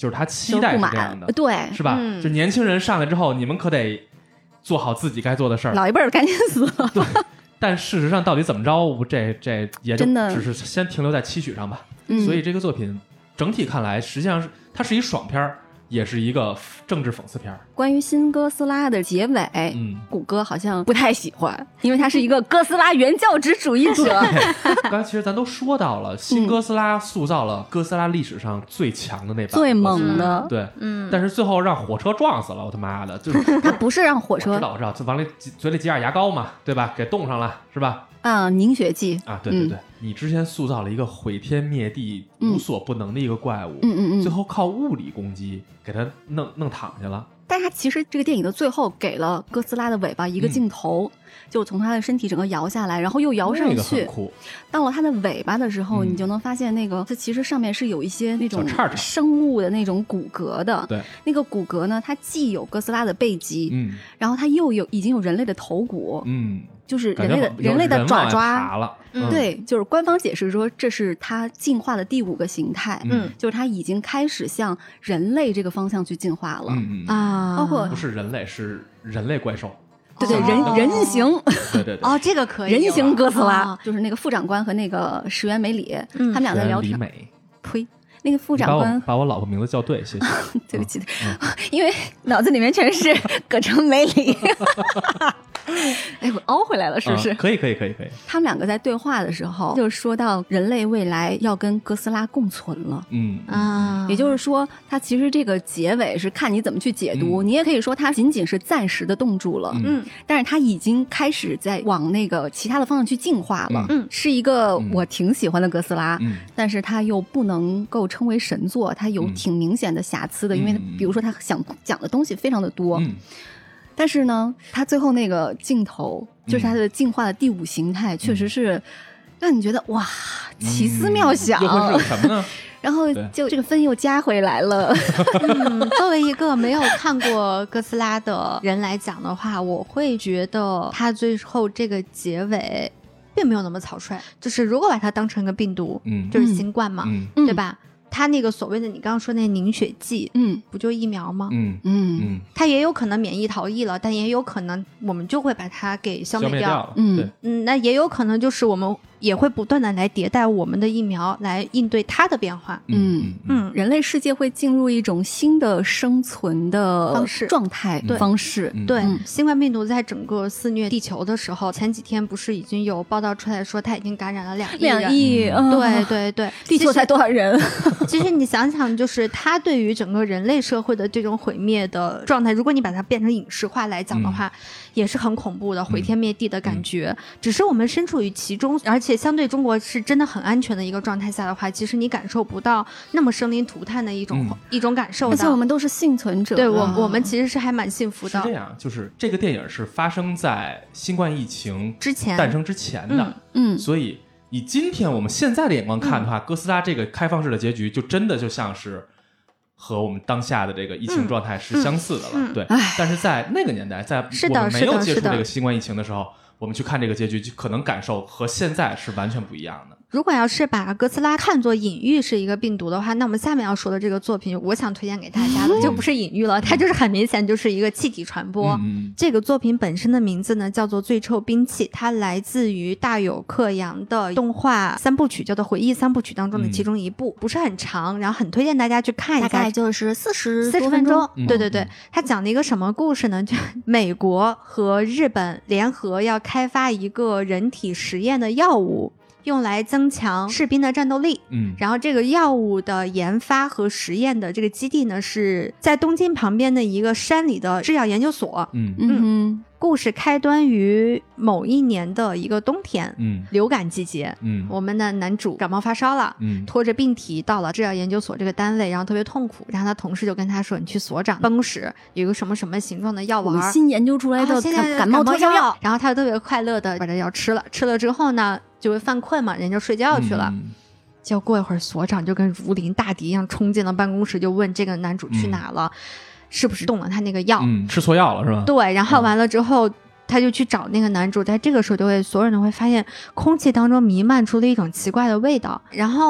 就是他期待是这样的， 对， 是吧？就年轻人上来之后，你们可得做好自己该做的事儿， 老一辈儿赶紧死了。 对，但事实上到底怎么着，这也就只是先停留在期许上吧。所以这个作品整体看来，实际上它是一爽片儿。也是一个政治讽刺片。 关于新哥斯拉的结尾，谷歌好像不太喜欢，因为他是一个哥斯拉原教旨主义者。 刚才其实咱都说到了，新哥斯拉塑造了哥斯拉历史上最强的那把， 最猛的， 对，但是最后让火车撞死了，我他妈的，就是他不是让火车， 我知道，就往里嘴里挤点牙膏嘛，对吧？给冻上了，是吧？ 啊，凝血剂啊，对对对，你之前塑造了一个毁天灭地、无所不能的一个怪物，最后靠物理攻击给他弄躺下了。 但是他其实这个电影的最后给了哥斯拉的尾巴一个镜头，就从他的身体整个摇下来，然后又摇上去， 那个很酷。 到了他的尾巴的时候，你就能发现那个它其实上面是有一些那种生物的那种骨骼的。 对， 那个骨骼呢，它既有哥斯拉的背脊，然后它又已经有人类的头骨，就是人类的爪爪了。 对，就是官方解释说这是它进化的第5个形态，就是它已经开始向人类这个方向去进化了啊，包括不是人类，是人类怪兽。 对对，人形， 对哦，这个可以， 人形哥斯拉，就是那个副长官和那个石原美里，他们俩在聊天。呸，那个副长官把我老婆名字叫对，谢谢。 对不起，因为脑子里面全是葛城美里。哎，我凹回来了，是不是？ 可以。 他们两个在对话的时候，就说到人类未来要跟哥斯拉共存了。也就是说，它其实这个结尾是看你怎么去解读。你也可以说它仅仅是暂时的冻住了，但是它已经开始在往那个其他的方向去进化了。是一个我挺喜欢的哥斯拉，但是它又不能够称为神作，它有挺明显的瑕疵的，因为比如说它想讲的东西非常的多。但是呢，他最后那个镜头，就是他的进化的第5形态，确实是让你觉得哇，奇思妙想。 又会是什么呢？ 然后就这个分又加回来了。 作为一个没有看过哥斯拉的人来讲的话，我会觉得他最后这个结尾并没有那么草率。就是如果把它当成一个病毒，就是新冠嘛，对吧？它那个所谓的你刚刚说那凝血剂，不就疫苗吗？它也有可能免疫逃逸了，但也有可能我们就会把它给消灭掉了。那也有可能就是我们也会不断的来迭代我们的疫苗来应对它的变化。 人类世界会进入一种新的生存的方式状态方式。 对，新冠病毒在整个肆虐地球的时候，前几天不是已经有报道出来说它已经感染了2亿人。对， 地球才多少人？ 其实你想想，就是它对于整个人类社会的这种毁灭的状态，如果你把它变成影视化来讲的话，也是很恐怖的，毁天灭地的感觉。只是我们身处于其中，而且相对中国是真的很安全的一个状态下的话，其实你感受不到那么生灵涂炭的一种感受的。 而且我们都是幸存者， 对，我们其实是还蛮幸福的。 是这样，就是这个电影是发生在新冠疫情之前诞生之前的，所以以今天我们现在的眼光看的话，哥斯拉这个开放式的结局就真的就像是和我们当下的这个疫情状态是相似的了。对，但是在那个年代，在我们没有接触这个新冠疫情的时候，我们去看这个结局，就可能感受和现在是完全不一样的。 如果要是把哥斯拉看作隐喻是一个病毒的话，那我们下面要说的这个作品，我想推荐给大家的就不是隐喻了，它就是很明显就是一个气体传播。这个作品本身的名字呢叫做《最臭兵器》，它来自于大友克洋的动画3部曲，叫做《回忆3部曲》当中的其中一部，不是很长，然后很推荐大家去看一下， 大概就是40 分钟。对，它讲了一个什么故事呢？就美国和日本联合要开发一个人体实验的药物，用来增强士兵的战斗力。然后这个药物的研发和实验的这个基地呢是在东京旁边的一个山里的制药研究所。故事开端于某一年的一个冬天，流感季节。我们的男主感冒发烧了，拖着病体到了制药研究所这个单位，然后特别痛苦，然后他同事就跟他说，你去所长办公室有一个什么什么形状的药丸， 我们新研究出来的感冒特效药。 然后他就特别快乐的把这药吃了之后呢就会犯困嘛，人就睡觉去了。结果过一会儿所长就跟如临大敌一样冲进了办公室，就问这个男主去哪了，是不是动了他那个药， 吃错药了是吧？ 对，然后完了之后他就去找那个男主，在这个时候所有人都会发现空气当中弥漫出了一种奇怪的味道，然后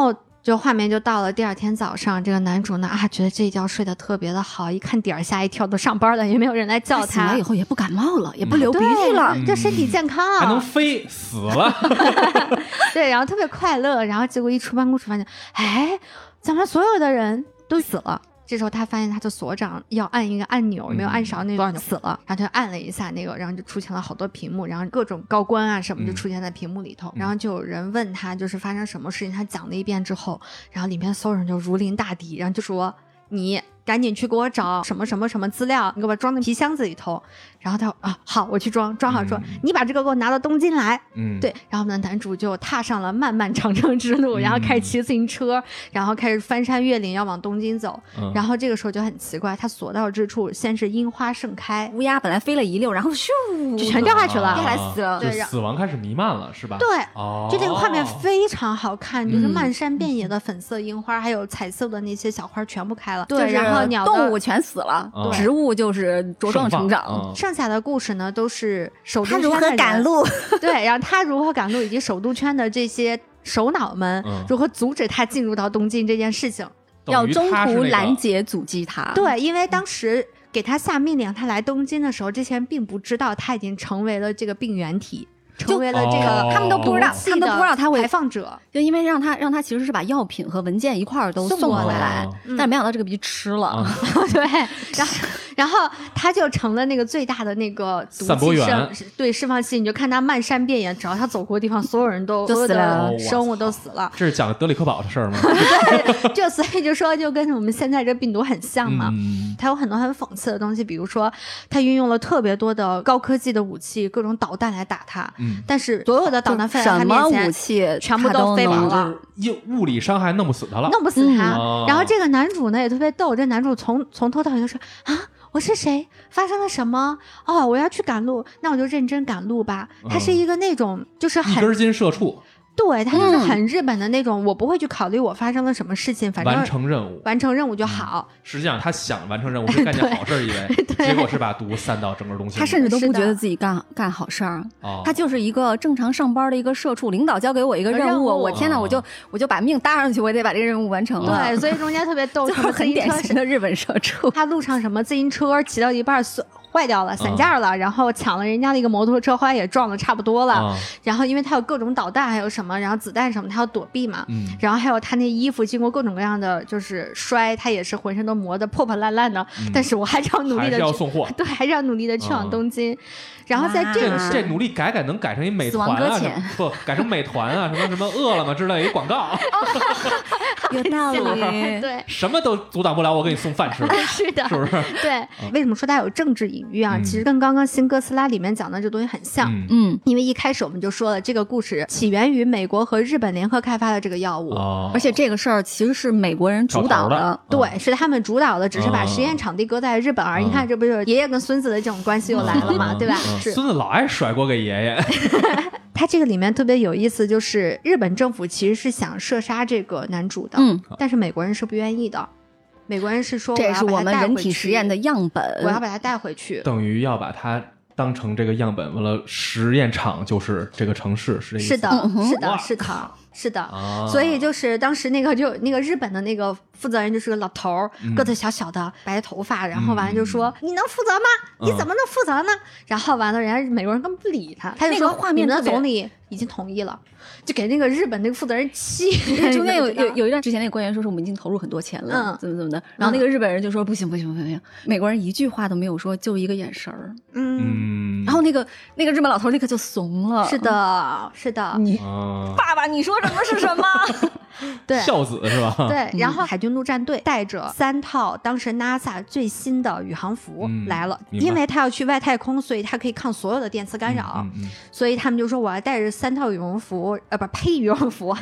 就画面就到了第二天早上，这个男主呢觉得这一觉睡得特别的好，一看点儿吓一跳，都上班了也没有人来叫他， 醒了以后也不感冒了，也不流鼻涕了， 就身体健康， 还能飞，死了。 对，然后特别快乐，然后结果一出办公室发现，怎么所有的人都死了？这时候他发现他的所长要按一个按钮，没有按上，那个就死了，然后他就按了一下那个，然后就出现了好多屏幕，然后各种高官啊什么就出现在屏幕里头，然后就有人问他就是发生什么事情，他讲了一遍之后，然后里面所有人就如临大敌，然后就说你赶紧去给我找什么什么什么资料，你给我装在皮箱子里头。然后他说好，我去装好说，你把这个给我拿到东京来。对，然后呢，男主就踏上了漫漫长征之路，然后开始骑自行车，然后开始翻山越岭要往东京走。然后这个时候就很奇怪，他所到之处先是樱花盛开， 乌鸦本来飞了一溜，然后咻就全掉下去了， 掉下来死了， 对，死亡开始弥漫了，是吧？ 对，就这个画面非常好看，就是漫山遍野的粉色樱花，还有彩色的那些小花全部开了。 对， 然后动物全死了，植物就是茁壮成长。 剩下的故事呢，都是首都圈的他如何赶路， 对，然后他如何赶路，以及首都圈的这些首脑们如何阻止他进入到东京这件事情， 要中途拦截阻击他。 对，因为当时给他下命令，他来东京的时候，这些人并不知道他已经成为了这个病原体。成为了这个他们都不知道他会排放者， 就因为让他其实是把药品和文件一块儿都送回来，但没想到这个逼吃了， 对，然后他就成了那个最大的那个毒气对释放器，你就看他漫山遍野，只要他走过的地方，所有人都死了， 生物都死了。 这是讲德里克堡的事儿吗？ 对，就所以就说就跟我们现在这病毒很像嘛。它有很多很讽刺的东西，比如说他运用了特别多的高科技的武器，各种导弹来打他。但是所有的导弹飞在他面前， 什么武器全部都飞跑了， 物理伤害弄不死他了， 弄不死他。然后这个男主呢也特别逗，这男主从头到尾就说我是谁？发生了什么？我要去赶路，那我就认真赶路吧。他是一个那种就是很一根筋社畜。 对，他就是很日本的那种，我不会去考虑我发生了什么事情，反正完成任务就好。 实际上他想完成任务是干件好事，以为结果是把毒散到整个东西。 他甚至都不觉得自己干好事儿，他就是一个正常上班的一个社畜，领导交给我一个任务，我天哪，我就把命搭上去，我得把这个任务完成了。 对，所以中间特别逗， 就是很典型的日本社畜。 他路上什么自行车骑到一半坏掉了，散架了，然后抢了人家的一个摩托车，后来也撞得差不多了。然后因为他有各种导弹，还有什么，然后子弹什么，他要躲避嘛。然后还有他那衣服经过各种各样的就是摔，他也是浑身都磨得破破烂烂的。但是我还是要努力的要送货， 对，还是要努力的去往东京。然后在这努力改能改成一美团啊，不改成美团啊，什么饿了么之类一广告。 有道理， 对， 什么都阻挡不了我给你送饭吃。 是的， 是不是？ 对，为什么说它有政治隐喻啊？其实跟刚刚新哥斯拉里面讲的这东西很像。因为一开始我们就说了，这个故事起源于美国和日本联合开发的这个药物， 而且这个事儿其实是美国人主导的， 对，是他们主导的，只是把实验场地搁在日本而已。你看，这不是爷爷跟孙子的这种关系又来了嘛，对吧？ 孙子老爱甩锅给爷爷。 他这个里面特别有意思，就是日本政府其实是想射杀这个男主的，但是美国人是不愿意的。美国人是说， 这是我们人体实验的样本， 我要把它带回去， 等于要把它当成这个样本，完了实验场就是这个城市，是这意思？ 是的，是的，所以就是当时那个日本的那个负责人就是个老头儿，个子小小的，白头发，然后完了就说：“你能负责吗？你怎么能负责呢？”然后完了，人家美国人根本不理他，他就说：“你们的总理已经同意了。”就给那个日本那个负责人气。 中间有一段之前那个官员说是我们已经投入很多钱了，怎么的，然后那个日本人就说不行，美国人一句话都没有说，就一个眼神儿，然后那个日本老头立刻就怂了。 是的， 你爸爸你说什么是什么？ 对， 孝子是吧？ 对，然后海军陆战队带着3套当时 NASA 最新的宇航服来了，因为他要去外太空，所以他可以抗所有的电磁干扰，所以他们就说我要带着3套羽绒服，羽绒服。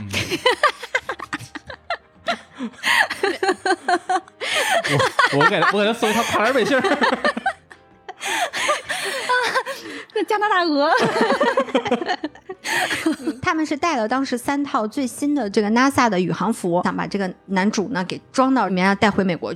我给他送一套跨栏背心儿。 那加拿大鹅。 他们是带了当时3套最新的这个 NASA 的宇航服，想把这个男主呢给装到里面，要带回美国去。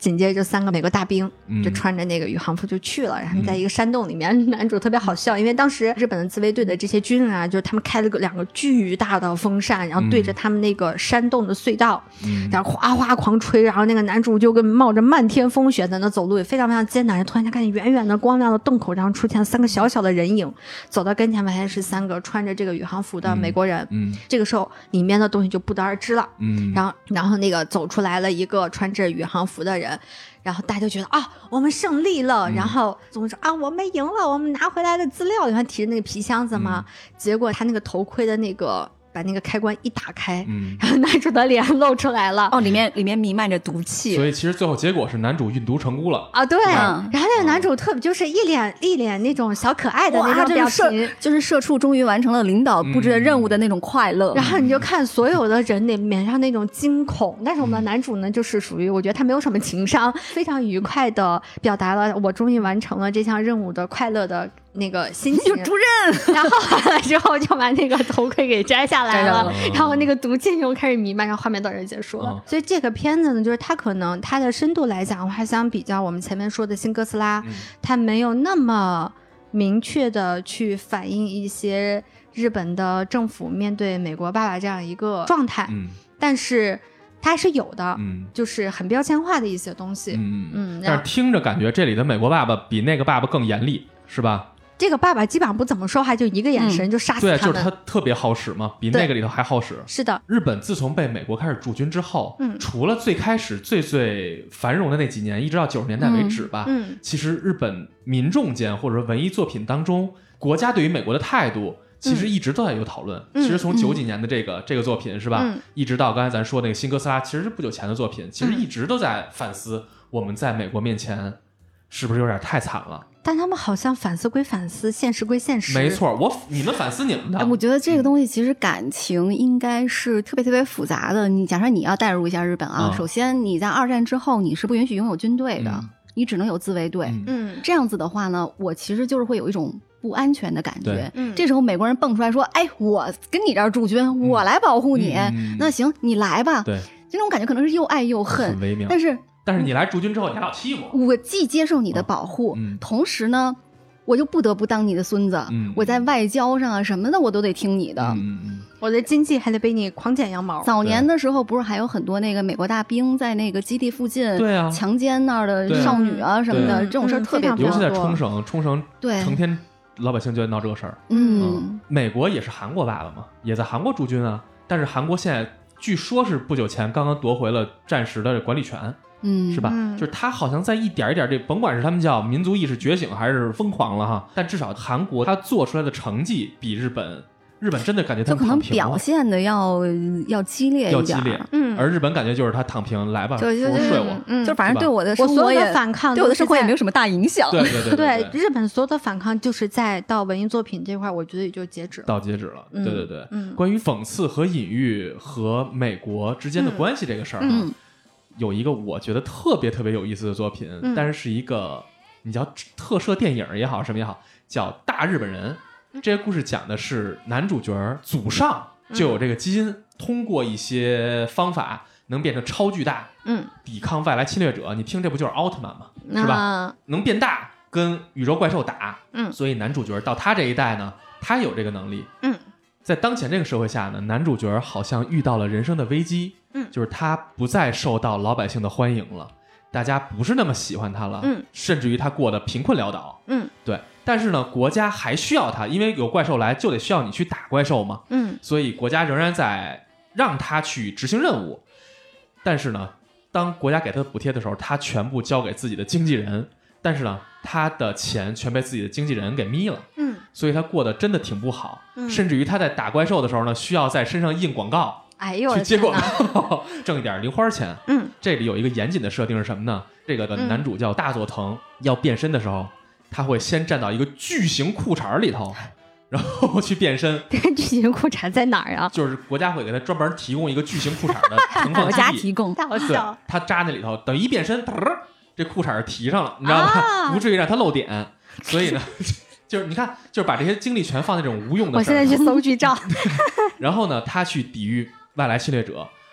紧接着3个美国大兵就穿着那个宇航服就去了，然后在一个山洞里面，男主特别好笑，因为当时日本的自卫队的这些军人啊，就是他们开了2个巨大的风扇，然后对着他们那个山洞的隧道，然后哗哗狂吹，然后那个男主就跟冒着漫天风雪在那走路，也非常非常艰难。突然间看见远远的光亮的洞口，然后出现3个小小的人影，走到跟前发现是3个穿着这个宇航服的美国人。这个时候里面的东西就不得而知了。然后那个走出来了一个穿着宇航服的人，然后大家就觉得啊，我们胜利了。然后总说啊，我们赢了，我们拿回来了资料，然后提着那个皮箱子嘛。结果他那个头盔的那个把那个开关一打开，然后男主的脸露出来了。 里面弥漫着毒气。 所以其实最后结果是男主运毒成功了啊。对，然后那个男主特别就是一脸那种小可爱的那种表情， 就是社畜终于完成了领导布置的任务的那种快乐。 然后你就看所有的人脸上那种惊恐，但是我们的男主呢，就是属于我觉得他没有什么情商，非常愉快的表达了我终于完成了这项任务的快乐的那个心情。 主任， 然后完了之后就把那个头盔给摘下来了，然后那个毒气又开始弥漫，然后画面到这儿结束了。所以这个片子呢，就是它可能它的深度来讲的话，相比较我们前面说的新哥斯拉，它没有那么明确的去反映一些日本的政府面对美国爸爸这样一个状态，但是它还是有的，就是很标签化的一些东西。 但是听着感觉这里的美国爸爸比那个爸爸更严厉，是吧？ 这个爸爸基本上不怎么说话，就一个眼神就杀死他们。 对，就是他特别好使嘛，比那个里头还好使。 是的， 日本自从被美国开始驻军之后，除了最开始最繁荣的那几年，一直到90年代为止吧，其实日本民众间或者说文艺作品当中，国家对于美国的态度其实一直都在有讨论。其实从90几年的这个作品是吧，一直到刚才咱说那个新哥斯拉，其实是不久前的作品，其实一直都在反思我们在美国面前是不是有点太惨了。 但他们好像反思归反思，现实归现实。 没错，你们反思你们的。 我觉得这个东西其实感情应该是特别特别复杂的。你假设你要带入一下日本啊，首先你在2战之后你是不允许拥有军队的，你只能有自卫队。这样子的话呢，我其实就是会有一种不安全的感觉。这时候美国人蹦出来说，哎，我跟你这儿驻军，我来保护你，那行你来吧。 对， 这种感觉可能是又爱又恨， 很微妙。但是你来驻军之后你还老欺负我，既接受你的保护，同时呢我就不得不当你的孙子，我在外交上啊什么的我都得听你的， 我的经济还得被你狂剪羊毛。 早年的时候不是还有很多那个美国大兵在那个基地附近强奸那儿的少女啊什么的，这种事儿特别多。 尤其在冲绳对成天老百姓就在闹这个事儿。美国也是韩国爸爸嘛，也在韩国驻军啊，但是韩国现在据说是不久前刚刚夺回了战时的管理权。是吧？就是他好像在一点一点，这甭管是他们叫民族意识觉醒还是疯狂了哈，但至少韩国他做出来的成绩比日本真的感觉他就可能表现的要激烈一点， 而日本感觉就是他躺平来吧，服睡我， 就反正对我的生活所有的反抗， 对我的生活也没有什么大影响。 对， 日本所有的反抗就是在到文艺作品这块，我觉得也就截止了， 到截止了。对，关于讽刺和隐喻和美国之间的关系这个事儿，有一个我觉得特别特别有意思的作品，但是是一个你叫特摄电影也好什么也好，叫《大日本人》。这个故事讲的是男主角祖上就有这个基因，通过一些方法能变成超巨大，抵抗外来侵略者。你听这不就是奥特曼吗？是吧？能变大跟宇宙怪兽打。所以男主角到他这一代呢，他有这个能力。在当前这个社会下呢，男主角好像遇到了人生的危机。就是他不再受到老百姓的欢迎了，大家不是那么喜欢他了，甚至于他过得贫困潦倒，对。但是呢，国家还需要他，因为有怪兽来就得需要你去打怪兽嘛，所以国家仍然在让他去执行任务。但是呢，当国家给他补贴的时候，他全部交给自己的经纪人，但是呢，他的钱全被自己的经纪人给眯了，所以他过得真的挺不好，甚至于他在打怪兽的时候呢，需要在身上印广告。去接广告挣一点零花钱。这里有一个严谨的设定是什么呢？这个的男主叫大佐藤，要变身的时候他会先站到一个巨型裤衩里头，然后去变身。 这个巨型裤衩在哪儿啊？ 就是国家会给他专门提供一个巨型裤衩的存放基地， 国家提供， 太好笑了。 他扎那里头，等一变身，这裤衩提上了，你知道吗？不至于让他漏点。所以呢就是你看，就是把这些精力全放在这种无用的事儿。 我现在去搜剧照。 然后呢，他去抵御外来侵略者，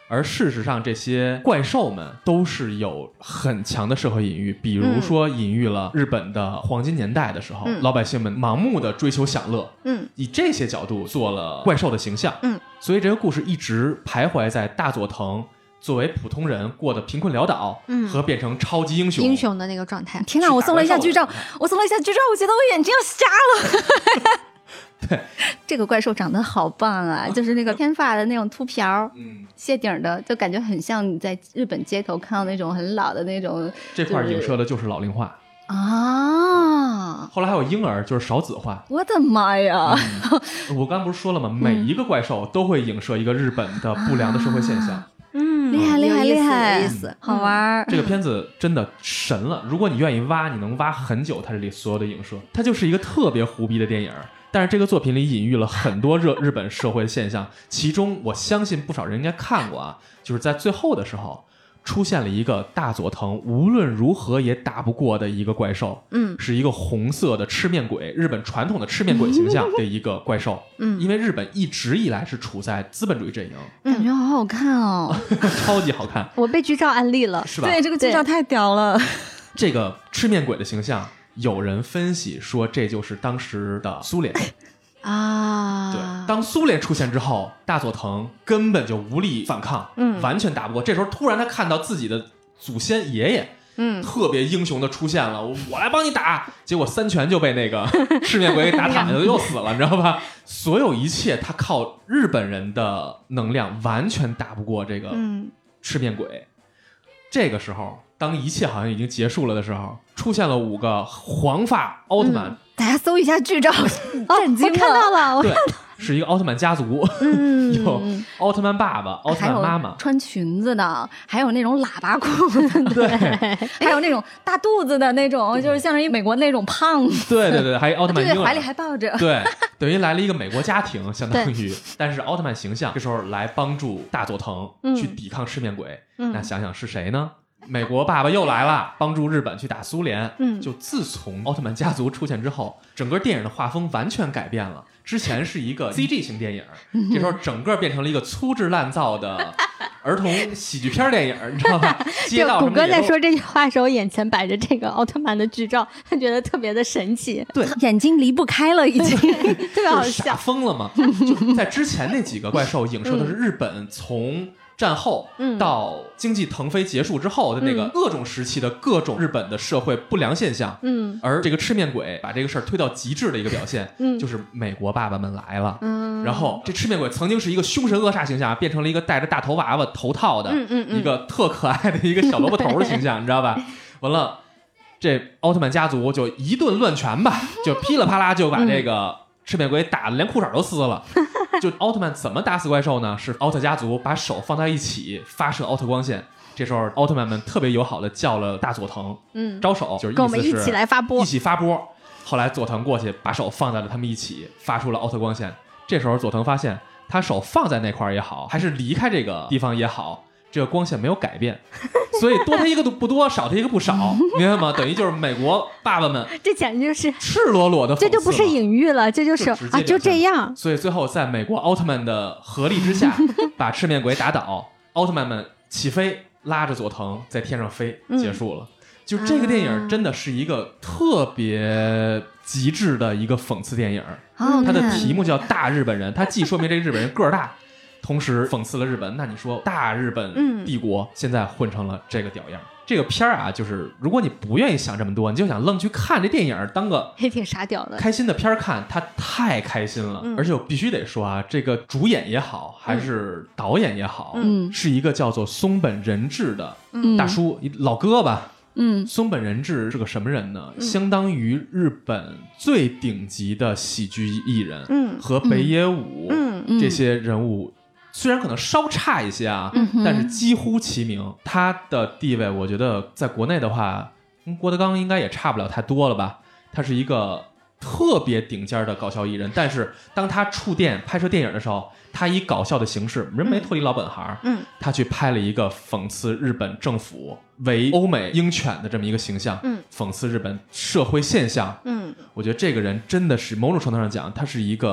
而事实上这些怪兽们都是有很强的社会隐喻，比如说隐喻了日本的黄金年代的时候，老百姓们盲目的追求享乐，以这些角度做了怪兽的形象，所以这个故事一直徘徊在大佐藤作为普通人过得贫困潦倒，和变成超级英雄的那个状态。 天哪，我搜了一下剧照，我觉得我眼睛要瞎了。 对， 这个怪兽长得好棒啊，就是那个偏发的那种秃瓢，谢顶的，就感觉很像你在日本街头看到那种很老的那种。 这块影射的就是老龄化啊。 后来还有婴儿，就是少子化。 我的妈呀！ 我刚不是说了吗？每一个怪兽都会影射一个日本的不良的社会现象。 厉害， 有意思， 好玩。 这个片子真的神了，如果你愿意挖，你能挖很久。它这里所有的影射，它就是一个特别胡逼的电影。但是这个作品里隐喻了很多日本社会的现象，其中我相信不少人应该看过啊，就是在最后的时候出现了一个大佐藤无论如何也打不过的一个怪兽，是一个红色的吃面鬼，日本传统的吃面鬼形象的一个怪兽，因为日本一直以来是处在资本主义阵营， 感觉好好看哦， 超级好看， 我被剧照安利了， 是吧？ 对，这个剧照太屌了。 这个吃面鬼的形象，有人分析说这就是当时的苏联啊。 对，当苏联出现之后，大佐藤根本就无力反抗，完全打不过。这时候突然他看到自己的祖先爷爷，特别英雄的出现了，我来帮你打，结果3拳就被那个吃面鬼给打躺下又死了，你知道吧？所有一切他靠日本人的能量完全打不过这个吃面鬼。这个时候当一切好像已经结束了的时候，出现了5个黄发奥特曼， 大家搜一下剧照，震惊了。 我看到了， 对，是一个奥特曼家族，有奥特曼爸爸、奥特曼妈妈， 穿裙子的，还有那种喇叭裤的，对，还有那种大肚子的那种，就是像是一美国那种胖子， 对，还有奥特曼婴儿， 怀里还抱着， 对，等于来了一个美国家庭，相当于，但是奥特曼形象这时候来帮助大佐藤去抵抗吃面鬼，那想想是谁呢？美国爸爸又来了，帮助日本去打苏联。就自从奥特曼家族出现之后，整个电影的画风完全改变了。之前是一个 CG 型电影，这时候整个变成了一个粗制滥造的儿童喜剧片电影，你知道吧？街道什么谷歌在说这句话的时候，眼前摆着这个奥特曼的剧照，他觉得特别的神奇。 对， 眼睛离不开了，已经特别好笑。 傻疯了嘛？就在之前那几个怪兽影射的是日本从战后到经济腾飞结束之后的那个各种时期的各种日本的社会不良现象，而这个吃面鬼把这个事儿推到极致的一个表现，就是美国爸爸们来了，然后这吃面鬼曾经是一个凶神恶煞形象，变成了一个戴着大头娃娃头套的一个特可爱的一个小萝卜头的形象，你知道吧？完了，这奥特曼家族就一顿乱拳吧，就噼里啪啦就把这个吃面鬼打得连裤衩都撕了。就奥特曼怎么打死怪兽呢？是奥特家族把手放在一起发射奥特光线，这时候奥特曼们特别友好的叫了大佐藤，招手，就是意思是跟我们一起来发波， 一起发波。后来佐藤过去把手放在了他们一起，发出了奥特光线。这时候佐藤发现他手放在那块也好，还是离开这个地方也好，这个光线没有改变，所以多他一个不多，少他一个不少，明白吗？等于就是美国爸爸们， 这简直就是赤裸裸的， 这就不是隐喻了，这就是啊，就这样。 所以最后在美国奥特曼的合力之下，把赤面鬼打倒，奥特曼们起飞，拉着佐藤在天上飞，结束了。就这个电影真的是一个特别极致的一个讽刺电影，它的题目叫《大日本人》，它既说明这个日本人个儿大，同时讽刺了日本。那你说大日本帝国现在混成了这个屌样。这个片儿啊，就是如果你不愿意想这么多，你就想愣去看这电影，当个也挺傻屌的开心的片儿看，它太开心了。而且我必须得说啊，这个主演也好，还是导演也好，是一个叫做松本人志的大叔，老哥吧。松本人志是个什么人呢？相当于日本最顶级的喜剧艺人，和北野武这些人物虽然可能稍差一些啊，但是几乎齐名。他的地位我觉得在国内的话跟郭德纲应该也差不了太多了吧。他是一个特别顶尖的搞笑艺人，但是当他触电拍摄电影的时候，他以搞笑的形式，人没脱离老本行，他去拍了一个讽刺日本政府为欧美鹰犬的这么一个形象，讽刺日本社会现象。我觉得这个人真的是某种程度上讲，他是一个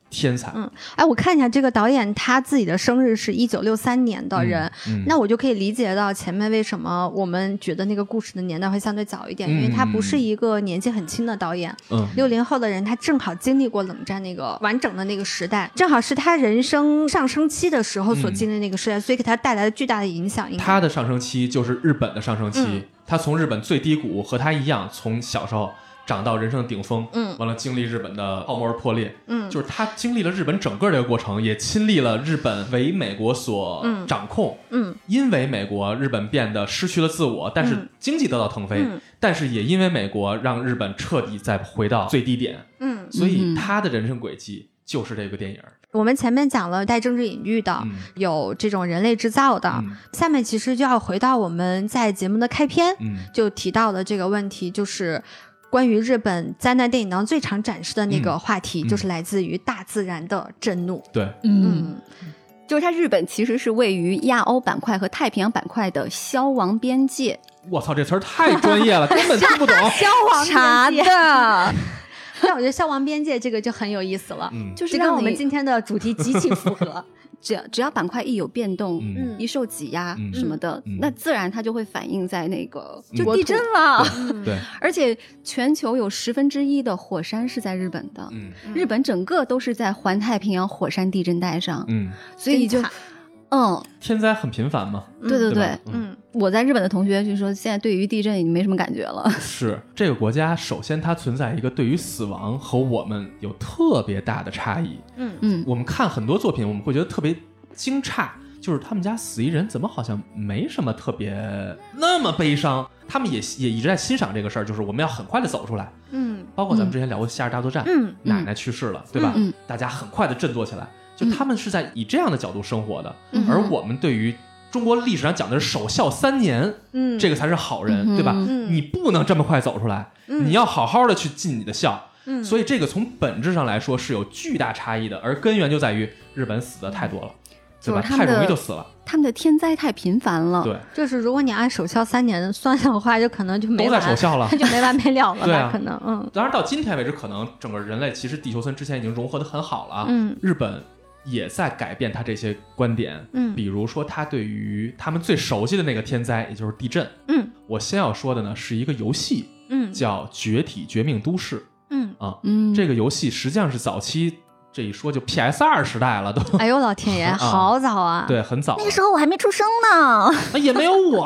天才。 我看一下这个导演他自己的生日是1963年的人，那我就可以理解到前面为什么我们觉得那个故事的年代会相对早一点，因为他不是一个年纪很轻的导演。60后的人，他正好经历过冷战那个完整的那个时代，正好是他人生上升期的时候所经历那个时代，所以给他带来了巨大的影响。 他的上升期就是日本的上升期，他从日本最低谷和他一样，从小时候长到人生的顶峰，完了经历日本的泡沫破裂，就是他经历了日本整个这个过程，也亲历了日本为美国所掌控，因为美国日本变得失去了自我，但是经济得到腾飞，但是也因为美国让日本彻底再回到最低点，所以他的人生轨迹就是这个电影。 我们前面讲了带政治隐喻的，有这种人类制造的，下面其实就要回到我们在节目的开篇，就提到的这个问题，就是关于日本灾难电影当中最常展示的那个话题，就是来自于大自然的震怒。 对， 就是它日本其实是位于亚欧板块和太平洋板块的消亡边界。 我操，这词儿太专业了，根本听不懂。 消亡边界的。 但我觉得消亡边界这个就很有意思了， 就是跟我们今天的主题极其符合。 只要板块一有变动，一受挤压什么的，那自然它就会反映在那个就地震了。 对， 而且全球有1/10的火山是在日本的，日本整个都是在环太平洋火山地震带上，所以就天灾很频繁嘛。 对，我在日本的同学就说，现在对于地震已经没什么感觉了。 是这个国家，首先它存在一个对于死亡和我们有特别大的差异。我们看很多作品，我们会觉得特别惊诧，就是他们家死一人，怎么好像没什么特别那么悲伤？他们也一直在欣赏这个事儿，就是我们要很快的走出来。包括咱们之前聊过夏日大作战，奶奶去世了，对吧？大家很快的振作起来。就他们是在以这样的角度生活的，而我们对于中国历史上讲的是守孝3年，这个才是好人，对吧？你不能这么快走出来，你要好好的去尽你的孝。所以这个从本质上来说是有巨大差异的，而根源就在于日本死的太多了，对吧？太容易就死了。 他们的天灾太频繁了， 对， 就是如果你按守孝3年算的话，就可能就没完， 都在守孝了， 就没完没了了吧？ 对啊， 可能当然到今天为止，可能整个人类其实地球村之前已经融合的很好了，日本也在改变他这些观点，比如说他对于他们最熟悉的那个天灾，也就是地震，我先要说的呢是一个游戏，叫《绝体绝命都市》，这个游戏实际上是早期，这一说就 PS2 时代了都。 哎呦老天爷，好早啊！ 对，很早。 那个时候我还没出生呢， 也没有我。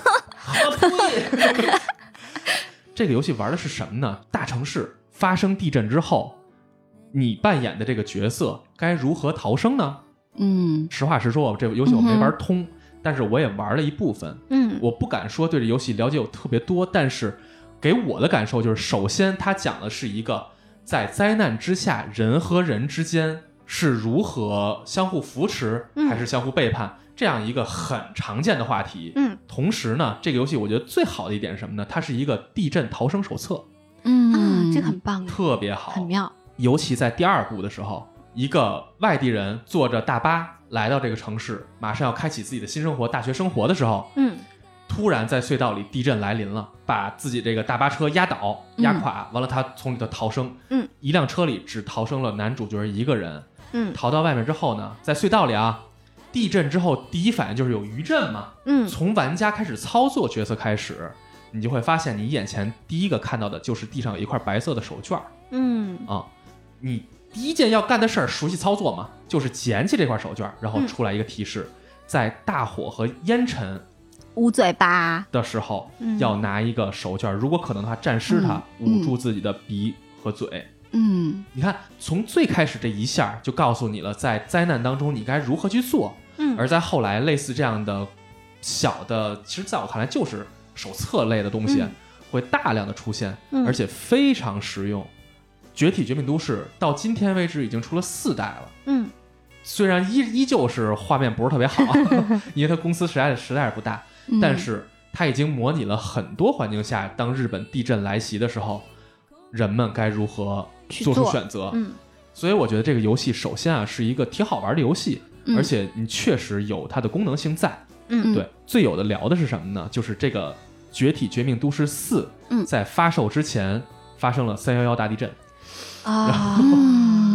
这个游戏玩的是什么呢？大城市发生地震之后，你扮演的这个角色该如何逃生呢？实话实说，这个游戏我没玩通，但是我也玩了一部分。我不敢说对这游戏了解有特别多，但是给我的感受就是，首先它讲的是一个在灾难之下人和人之间是如何相互扶持，还是相互背叛，这样一个很常见的话题。同时呢，这个游戏我觉得最好的一点是什么呢？它是一个地震逃生手册。 这很棒， 特别好， 很妙。 尤其在第2部的时候，一个外地人坐着大巴来到这个城市，马上要开启自己的新生活，大学生活的时候，突然在隧道里地震来临了，把自己这个大巴车压倒压垮，完了他从里头逃生，一辆车里只逃生了男主角一个人，逃到外面之后呢，在隧道里啊，地震之后第一反应就是有余震嘛，从玩家开始操作角色开始，你就会发现你眼前第一个看到的就是地上有一块白色的手绢，你第一件要干的事儿，熟悉操作嘛，就是捡起这块手绢，然后出来一个提示，在大火和烟尘捂嘴巴的时候，要拿一个手绢，如果可能的话蘸湿它，捂住自己的鼻和嘴。你看从最开始这一下就告诉你了，在灾难当中你该如何去做。而在后来类似这样的小的，其实在我看来就是手册类的东西，会大量的出现，而且非常实用。绝体绝命都市到今天为止已经出了4代了，虽然依旧是画面不是特别好，因为它公司实在是不大，但是它已经模拟了很多环境下，当日本地震来袭的时候，人们该如何做出选择。所以我觉得这个游戏首先啊是一个挺好玩的游戏，而且你确实有它的功能性在。对，最有的聊的是什么呢？就是这个绝体绝命都市4，在发售之前发生了311大地震。等于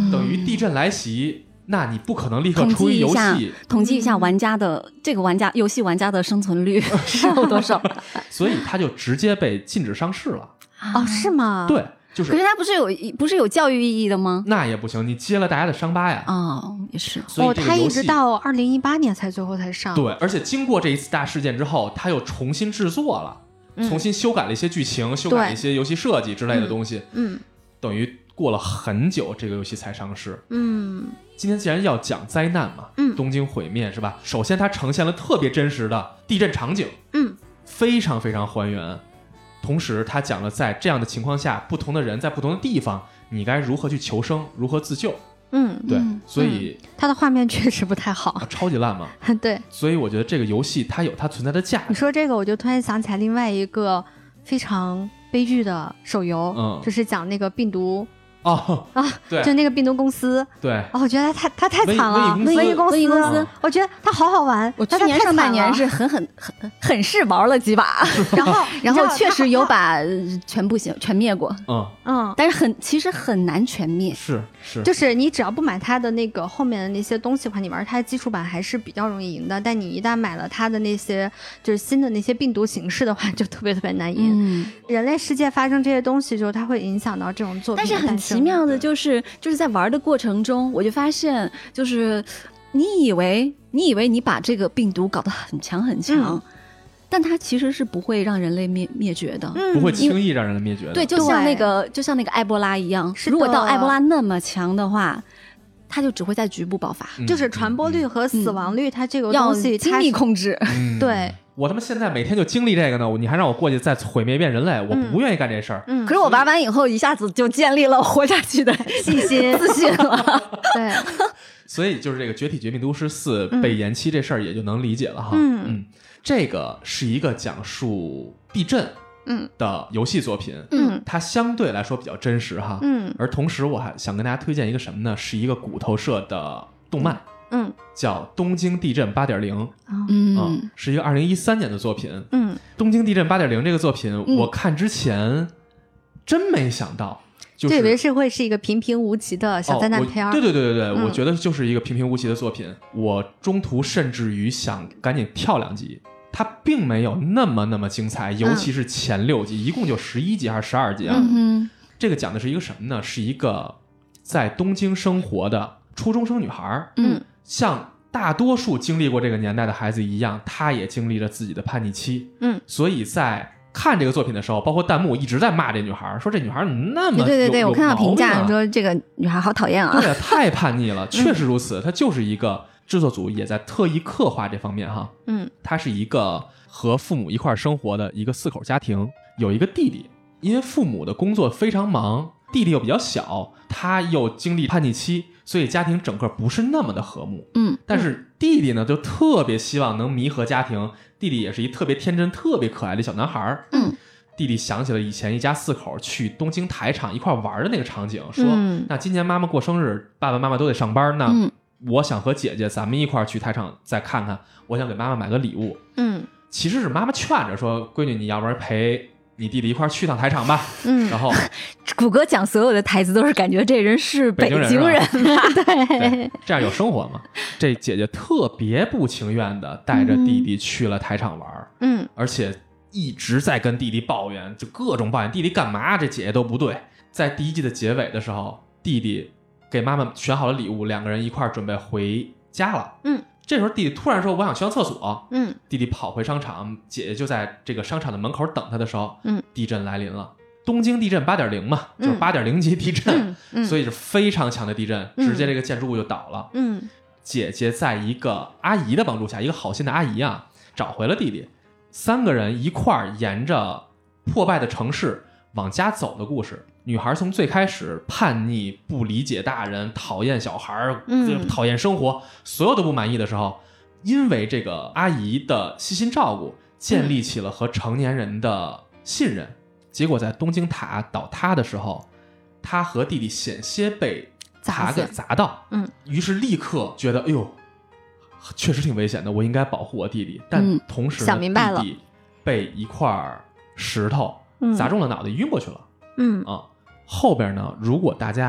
于地震来袭，那你不可能立刻出于游戏统计一下玩家的这个游戏玩家的生存率是有多少， 所以他就直接被禁止上市了。 哦，是吗？ 对，就是。 可是他不是有教育意义的吗？ 那也不行，你揭了大家的伤疤呀。 哦，也是。 所以这个他一直到2018年最后才上。 对，而且经过这一次大事件之后，他又重新制作了，重新修改了一些剧情，修改了一些游戏设计之类的东西。等于过了很久，这个游戏才上市。今天既然要讲灾难嘛，东京毁灭是吧？首先它呈现了特别真实的地震场景，非常非常还原。同时它讲了在这样的情况下，不同的人在不同的地方，你该如何去求生，如何自救。对，所以它的画面确实不太好， 超级烂嘛。 对， 所以我觉得这个游戏它有它存在的价值。 你说这个，我就突然想起来另外一个非常悲剧的手游，就是讲那个病毒。对，就那个病毒公司。 对， 我觉得他太惨了。 瘟疫公司， 我觉得他好好玩。 我去年上半年是很是玩了几把，然后确实有把全灭过。但是其实很难全灭。 是， 就是你只要不买它的那个后面的那些东西的话，你玩它的基础版还是比较容易赢的。但你一旦买了它的那些就是新的那些病毒形式的话，就特别特别难赢。人类世界发生这些东西之后，它会影响到这种作品。 但是很奇妙的就是在玩的过程中，我就发现，就是你以为你把这个病毒搞得很强很强，但它其实是不会让人类灭绝的， 不会轻易让人类灭绝的。 对，就像那个埃博拉一样，如果到埃博拉那么强的话，它就只会在局部爆发， 就是传播率和死亡率，它这个东西要精密控制。 对。 我他妈现在每天就经历这个呢，你还让我过去再毁灭一遍人类，我不愿意干这事儿。 可是我玩完以后，一下子就建立了活下去的信心、自信了。 对， 所以就是这个《绝体绝命毒师4》被延期这事儿也就能理解了哈。这个是一个讲述地震的游戏作品，它相对来说比较真实哈。而同时我还想跟大家推荐一个什么呢？是一个骨头社的动漫。叫东京地震 8.0， 是一个2013年的作品。东京地震 8.0 这个作品，我看之前真没想到，就是以为是会是一个平平无奇的小灾难片。 对，我觉得就是一个平平无奇的作品。我中途甚至于想赶紧跳2集，它并没有那么精彩，尤其是前6集，一共就11集还是12集啊。这个讲的是一个什么呢？是一个在东京生活的初中生女孩。像大多数经历过这个年代的孩子一样，她也经历了自己的叛逆期。所以在看这个作品的时候，包括弹幕一直在骂这女孩，说这女孩那么对，我看到评价说这个女孩好讨厌啊。 对，太叛逆了。确实如此，她就是一个制作组也在特意刻画这方面哈。她是一个和父母一块生活的一个4口家庭，有一个弟弟，因为父母的工作非常忙，弟弟又比较小，他又经历叛逆期，所以家庭整个不是那么的和睦。但是弟弟呢就特别希望能弥合家庭，弟弟也是一特别天真特别可爱的小男孩。弟弟想起了以前一家4口去东京台场一块玩的那个场景，说那今年妈妈过生日，爸爸妈妈都得上班，那我想和姐姐咱们一块去台场再看看，我想给妈妈买个礼物。其实是妈妈劝着说，闺女你要不然陪你弟弟一块去趟台场吧。然后谷歌讲所有的台词都是感觉这人是北京人吧。 对， 这样有生活嘛。这姐姐特别不情愿的带着弟弟去了台场玩。而且一直在跟弟弟抱怨，就各种抱怨弟弟干嘛，这姐姐都不对。在第1季的结尾的时候，弟弟给妈妈选好了礼物，2个人一块准备回家了。这时候弟弟突然说我想去上厕所。弟弟跑回商场，姐姐就在这个商场的门口等他的时候，地震来临了。东京地震 8.0 嘛，就是8.0级地震。所以是非常强的地震，直接这个建筑物就倒了。姐姐在一个阿姨的帮助下，一个好心的阿姨啊，找回了弟弟，3个人一块儿沿着破败的城市往家走的故事。女孩从最开始叛逆、不理解大人、讨厌小孩、讨厌生活，所有都不满意的时候，因为这个阿姨的细心照顾，建立起了和成年人的信任。结果在东京塔倒塌的时候，她和弟弟险些被塔给砸到。于是立刻觉得哎呦确实挺危险的，我应该保护我弟弟。但同时想明白了， 弟弟被一块石头砸中了脑袋，晕过去了。后边呢，如果大家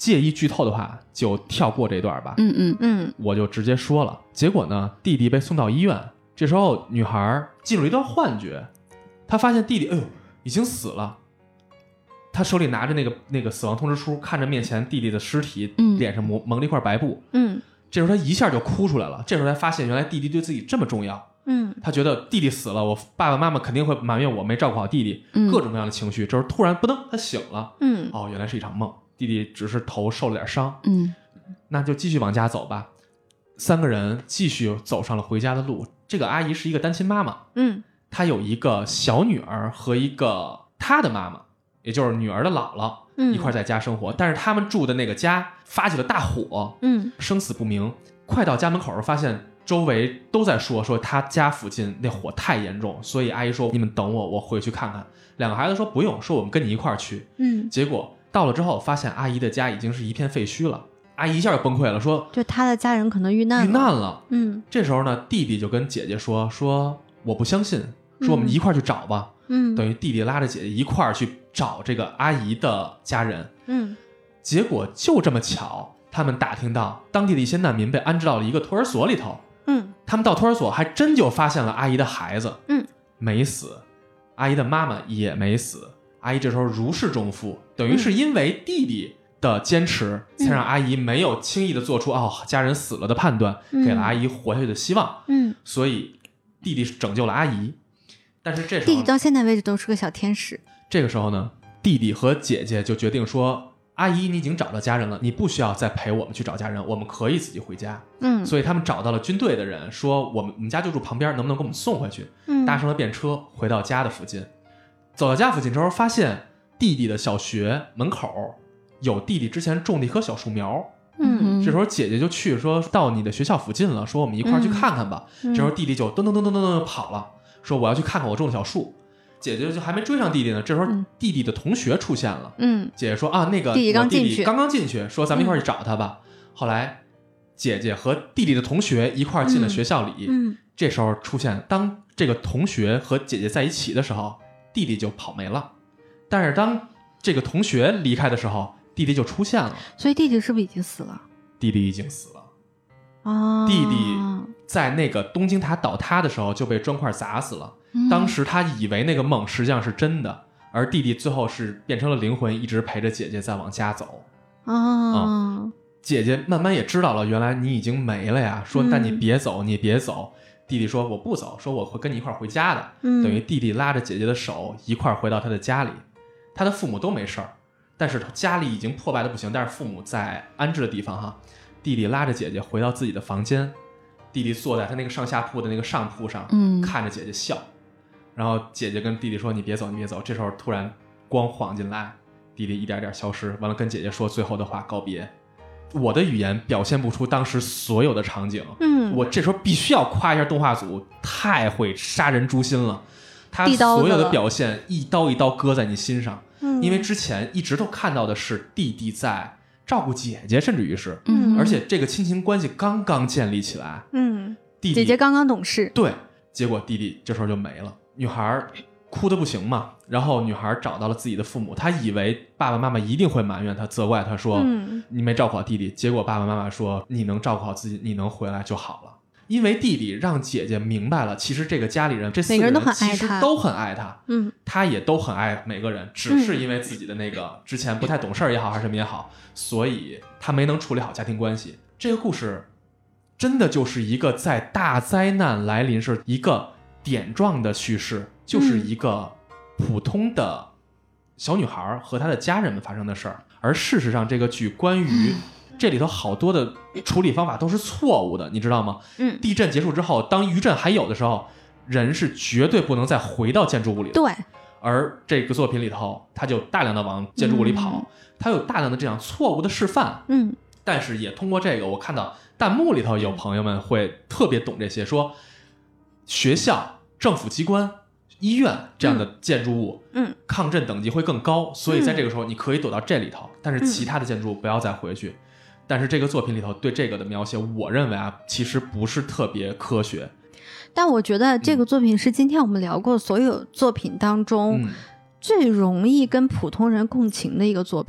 介意剧透的话就跳过这段吧。我就直接说了。结果呢，弟弟被送到医院，这时候女孩进入一段幻觉，她发现弟弟已经死了，她手里拿着那个死亡通知书，看着面前弟弟的尸体，脸上蒙了一块白布。这时候她一下就哭出来了，这时候才发现原来弟弟对自己这么重要。她觉得弟弟死了，我爸爸妈妈肯定会埋怨我没照顾好弟弟，各种各样的情绪。这时候突然不噔，她醒了。原来是一场梦，弟弟只是头受了点伤。那就继续往家走吧。3个人继续走上了回家的路。这个阿姨是一个单亲妈妈，她有一个小女儿和一个她的妈妈，也就是女儿的姥姥，一块在家生活。但是他们住的那个家发起了大火，生死不明。快到家门口发现周围都在说他家附近那火太严重，所以阿姨说你们等我回去看看。2个孩子说不用，说我们跟你一块去。结果到了之后发现阿姨的家已经是一片废墟了。阿姨一下就崩溃了，说就她的家人可能遇难了。 这时候呢，弟弟就跟姐姐说我不相信，说我们一块去找吧。等于弟弟拉着姐姐一块去找这个阿姨的家人。结果就这么巧，他们打听到当地的一些难民被安置到了一个托儿所里头。他们到托儿所还真就发现了阿姨的孩子，没死，阿姨的妈妈也没死。阿姨这时候如释重负，等于是因为弟弟的坚持，才让阿姨没有轻易的做出家人死了的判断，给了阿姨活下去的希望。所以弟弟拯救了阿姨。但是这时候弟弟到现在为止都是个小天使。 这个时候呢，弟弟和姐姐就决定说，阿姨你已经找到家人了，你不需要再陪我们去找家人，我们可以自己回家。所以他们找到了军队的人，说我们家就住旁边，能不能给我们送回去。搭上了便车回到家的附近。走到家附近之后，发现弟弟的小学门口有弟弟之前种的一棵小树苗。这时候姐姐就去说到你的学校附近了，说我们一块去看看吧。这时候弟弟就噔噔噔噔噔噔跑了，说我要去看看我种的小树。姐姐就还没追上弟弟呢，这时候弟弟的同学出现了。姐姐说那个弟弟刚刚进去，说咱们一块去找他吧。后来姐姐和弟弟的同学一块进了学校里。这时候出现，当这个同学和姐姐在一起的时候，弟弟就跑没了。但是当这个同学离开的时候，弟弟就出现了。 所以弟弟是不是已经死了？ 弟弟已经死了。弟弟在那个东京塔倒塌的时候就被砖块砸死了。当时他以为那个梦实际上是真的，而弟弟最后是变成了灵魂，一直陪着姐姐在往家走。姐姐慢慢也知道了，原来你已经没了呀。说但你别走，你别走。弟弟说我不走，说我会跟你一块回家的。等于弟弟拉着姐姐的手一块回到他的家里。他的父母都没事儿，但是家里已经破败的不行，但是父母在安置的地方哈。弟弟拉着姐姐回到自己的房间，弟弟坐在他那个上下铺的那个上铺上，看着姐姐笑。然后姐姐跟弟弟说你别走你别走。这时候突然光晃进来，弟弟一点点消失，完了跟姐姐说最后的话告别。我的语言表现不出当时所有的场景。我这时候必须要夸一下动画组，太会杀人诛心了。他所有的表现一刀一刀割在你心上。因为之前一直都看到的是弟弟在照顾姐姐，甚至于是而且这个亲情关系刚刚建立起来。弟弟姐姐刚刚懂事。 对，结果弟弟这时候就没了。女孩哭得不行嘛，然后女孩找到了自己的父母，她以为爸爸妈妈一定会埋怨她，责怪她说你没照顾好弟弟。结果爸爸妈妈说你能照顾好自己，你能回来就好了。因为弟弟让姐姐明白了，其实这个家里人这4个人其实都很爱他。他也都很爱每个人，只是因为自己的那个之前不太懂事也好还是什么也好，所以他没能处理好家庭关系。这个故事真的就是一个在大灾难来临时一个点状的叙事，就是一个普通的小女孩和她的家人们发生的事儿。而事实上这个剧关于这里头好多的处理方法都是错误的，你知道吗？地震结束之后，当余震还有的时候，人是绝对不能再回到建筑物里的。 对。 而这个作品里头，他就大量的往建筑物里跑，他有大量的这样错误的示范。但是也通过这个，我看到弹幕里头有朋友们会特别懂这些，说学校、政府机关、医院这样的建筑物，抗震等级会更高，所以在这个时候你可以躲到这里头，但是其他的建筑物不要再回去。但是这个作品里头对这个的描写，我认为其实不是特别科学。 但我觉得这个作品是今天我们聊过所有作品当中最容易跟普通人共情的一个作品。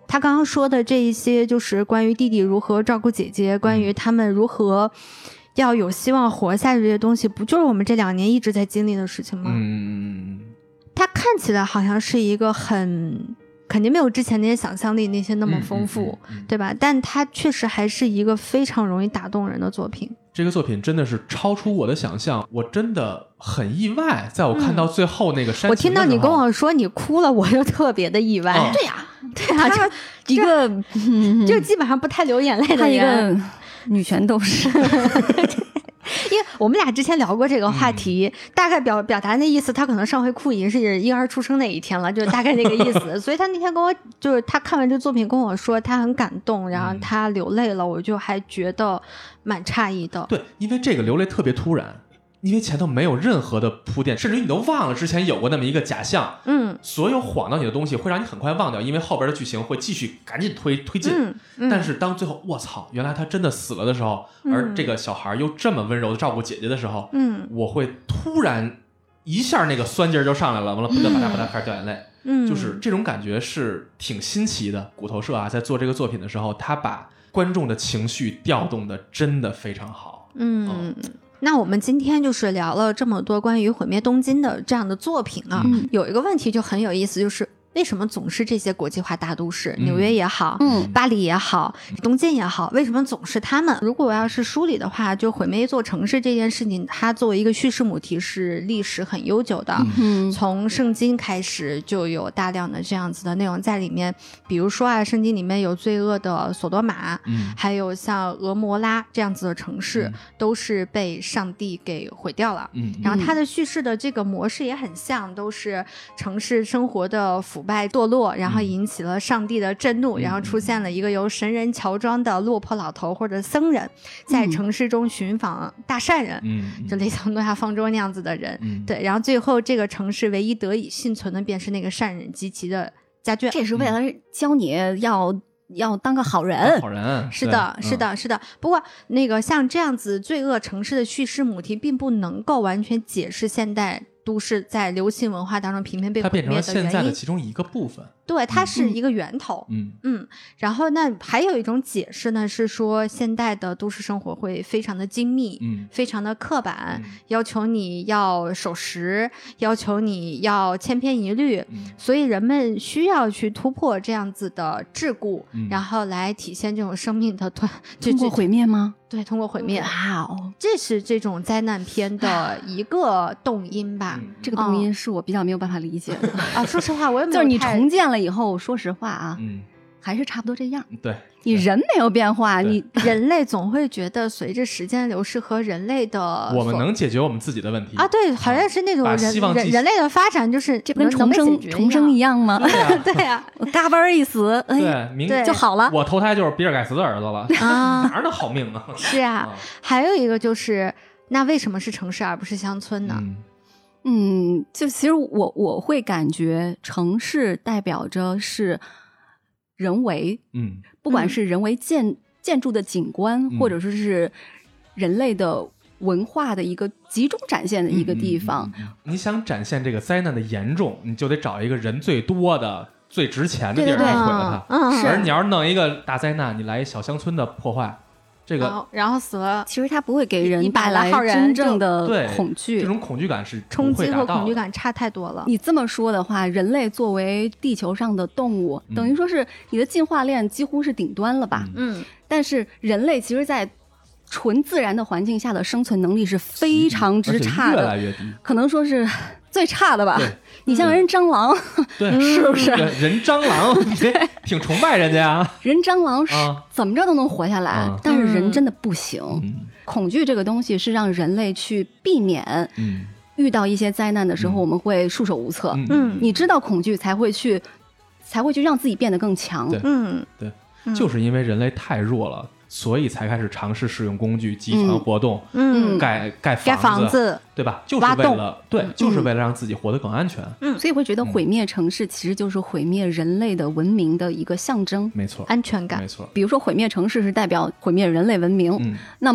他刚刚说的这一些，就是关于弟弟如何照顾姐姐，关于他们如何要有希望活下去这些东西，不就是我们这2年一直在经历的事情吗？他看起来好像是一个肯定没有之前那些想象力那些那么丰富，对吧？但它确实还是一个非常容易打动人的作品。 这个作品真的是超出我的想象，我真的很意外。在我看到最后那个煽情的时候， 我听到你跟我说你哭了，我就特别的意外。 对呀，他一个就基本上不太流眼泪的人， 他一个女权斗士。 因为我们俩之前聊过这个话题，大概表达的意思，他可能上回哭已经是婴儿出生那一天了，就是大概那个意思。所以他那天跟我，就是他看完这作品跟我说他很感动，然后他流泪了，我就还觉得蛮诧异的。 对，因为这个流泪特别突然，因为前头没有任何的铺垫，甚至于你都忘了之前有过那么一个假象。所有晃到你的东西会让你很快忘掉，因为后边的剧情会继续赶紧推进。但是当最后我操，原来他真的死了的时候，而这个小孩又这么温柔的照顾姐姐的时候，我会突然一下那个酸劲儿就上来了，完了不得吧嗒开始掉眼泪。就是这种感觉是挺新奇的。骨头社啊，在做这个作品的时候，他把观众的情绪调动的真的非常好。 那我们今天就是聊了这么多关于毁灭东京的这样的作品啊，有一个问题就很有意思，就是为什么总是这些国际化大都市，纽约也好，巴黎也好，东京也好，为什么总是他们？如果我要是梳理的话，就毁灭一座城市这件事情，它作为一个叙事母题是历史很悠久的，从圣经开始就有大量的这样子的内容在里面。比如说啊，圣经里面有罪恶的索多玛，还有像俄摩拉这样子的城市，都是被上帝给毁掉了。然后它的叙事的这个模式也很像，都是城市生活的腐败堕落，然后引起了上帝的震怒，然后出现了一个由神人乔装的落魄老头或者僧人，在城市中寻访大善人，就类似诺亚方舟那样子的人，对，然后最后这个城市唯一得以幸存的便是那个善人及其的家眷， 这是为了教你要当个好人。 好人， 是的，是的，是的。不过那个像这样子罪恶城市的叙事母题，并不能够完全解释现代都市在流行文化当中频频被毁灭的原因， 它变成了现在的其中一个部分。 对，它是一个源头。然后那还有一种解释呢，是说现代的都市生活会非常的精密，非常的刻板，要求你要守时，要求你要千篇一律，所以人们需要去突破这样子的桎梏，然后来体现这种生命的通过毁灭吗？ 对，通过毁灭。 哇哦， 这是这种灾难片的一个动因吧。 这个动因是我比较没有办法理解的啊。说实话，我也没有。 就是你重建了以后，说实话啊，还是差不多这样。 对， 你人没有变化，你人类总会觉得随着时间流逝和人类的， 我们能解决我们自己的问题啊。对，好像是那种人类的发展，就是这不跟重生一样吗？ 对呀， 我嘎嘣一死， 对， 就好了。 我投胎就是比尔盖茨的儿子了啊，哪儿的好命啊？ 是啊，还有一个就是，那为什么是城市而不是乡村呢？ 就其实我会感觉城市代表着是人为，不管是人为建筑的景观，或者说是人类的文化的一个集中展现的一个地方。 你想展现这个灾难的严重，你就得找一个人最多的、最值钱的地儿来毁了它。而你要是弄一个大灾难，你来一小乡村的破坏。这个然后死了， 其实它不会给人带来真正的恐惧， 这种恐惧感是冲击和恐惧感差太多了。 你这么说的话，人类作为地球上的动物，等于说是你的进化链几乎是顶端了吧？但是人类其实在纯自然的环境下的生存能力是非常之差的， 越来越低， 可能说是最差的吧。你像人蟑螂， 对， 是不是？ 人蟑螂挺崇拜人家啊。 人蟑螂怎么着都能活下来，但是人真的不行。恐惧这个东西是让人类去避免遇到一些灾难的时候，我们会束手无策。你知道恐惧才会去让自己变得更强。 对，就是因为人类太弱了。所以才开始尝试使用工具集团活动，盖房子，对吧？就是为了就是为了让自己活得更安全。 所以会觉得毁灭城市其实就是毁灭人类的文明的一个象征。 没错， 安全感。 没错。 比如说毁灭城市是代表毁灭人类文明，那么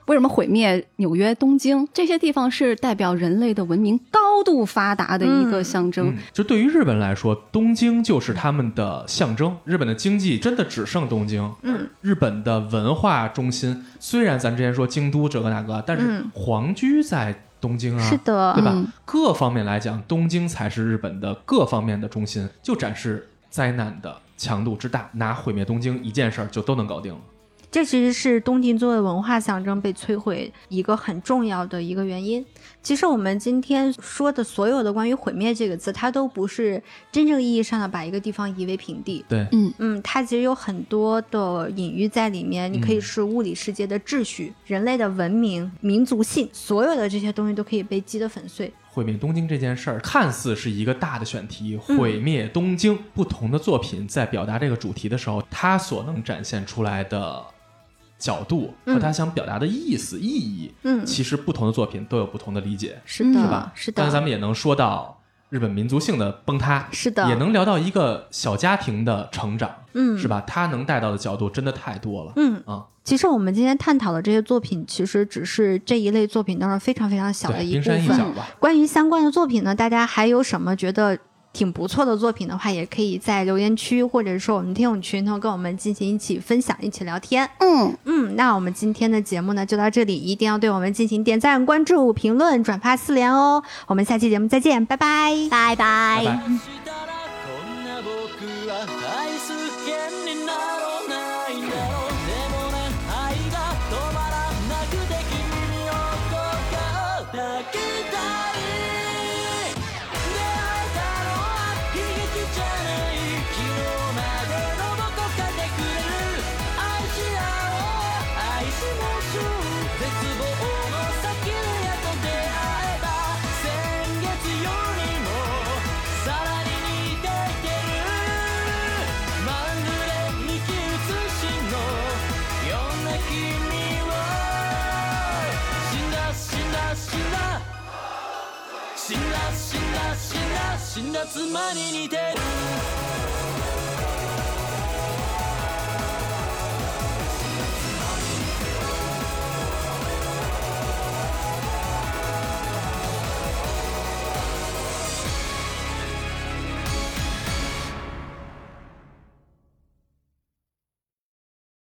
为什么毁灭纽约、东京这些地方是代表人类的文明高度发达的一个象征。 就对于日本来说，东京就是他们的象征。日本的经济真的只剩东京。日本的文化中心，虽然咱之前说京都这个那个，但是皇居在东京啊， 是的， 对吧？各方面来讲，东京才是日本的各方面的中心，就展示灾难的强度之大，拿毁灭东京一件事儿就都能搞定了。 这其实是东京作为文化象征被摧毁一个很重要的一个原因。其实我们今天说的所有的关于毁灭这个词，它都不是真正意义上的把一个地方夷为平地。 对， 它其实有很多的隐喻在里面。你可以是物理世界的秩序、人类的文明、民族性，所有的这些东西都可以被击得粉碎。 毁灭东京这件事儿看似是一个大的选题，毁灭东京，不同的作品在表达这个主题的时候，它所能展现出来的角度和他想表达的意思、意义，其实不同的作品都有不同的理解， 是的， 是吧？ 是的。 但咱们也能说到日本民族性的崩塌， 是的， 也能聊到一个小家庭的成长，是吧？他能带到的角度真的太多了， 其实我们今天探讨的这些作品，其实只是这一类作品当中非常非常小的一部分。 冰山一角吧。 关于相关的作品呢，大家还有什么觉得挺不错的作品的话，也可以在留言区或者说我们听友群头跟我们进行一起分享、一起聊天。那我们今天的节目呢就到这里，一定要对我们进行点赞、关注、评论、转发4连哦。我们下期节目再见，拜拜， 拜拜。 拜拜。死んだ妻に似てる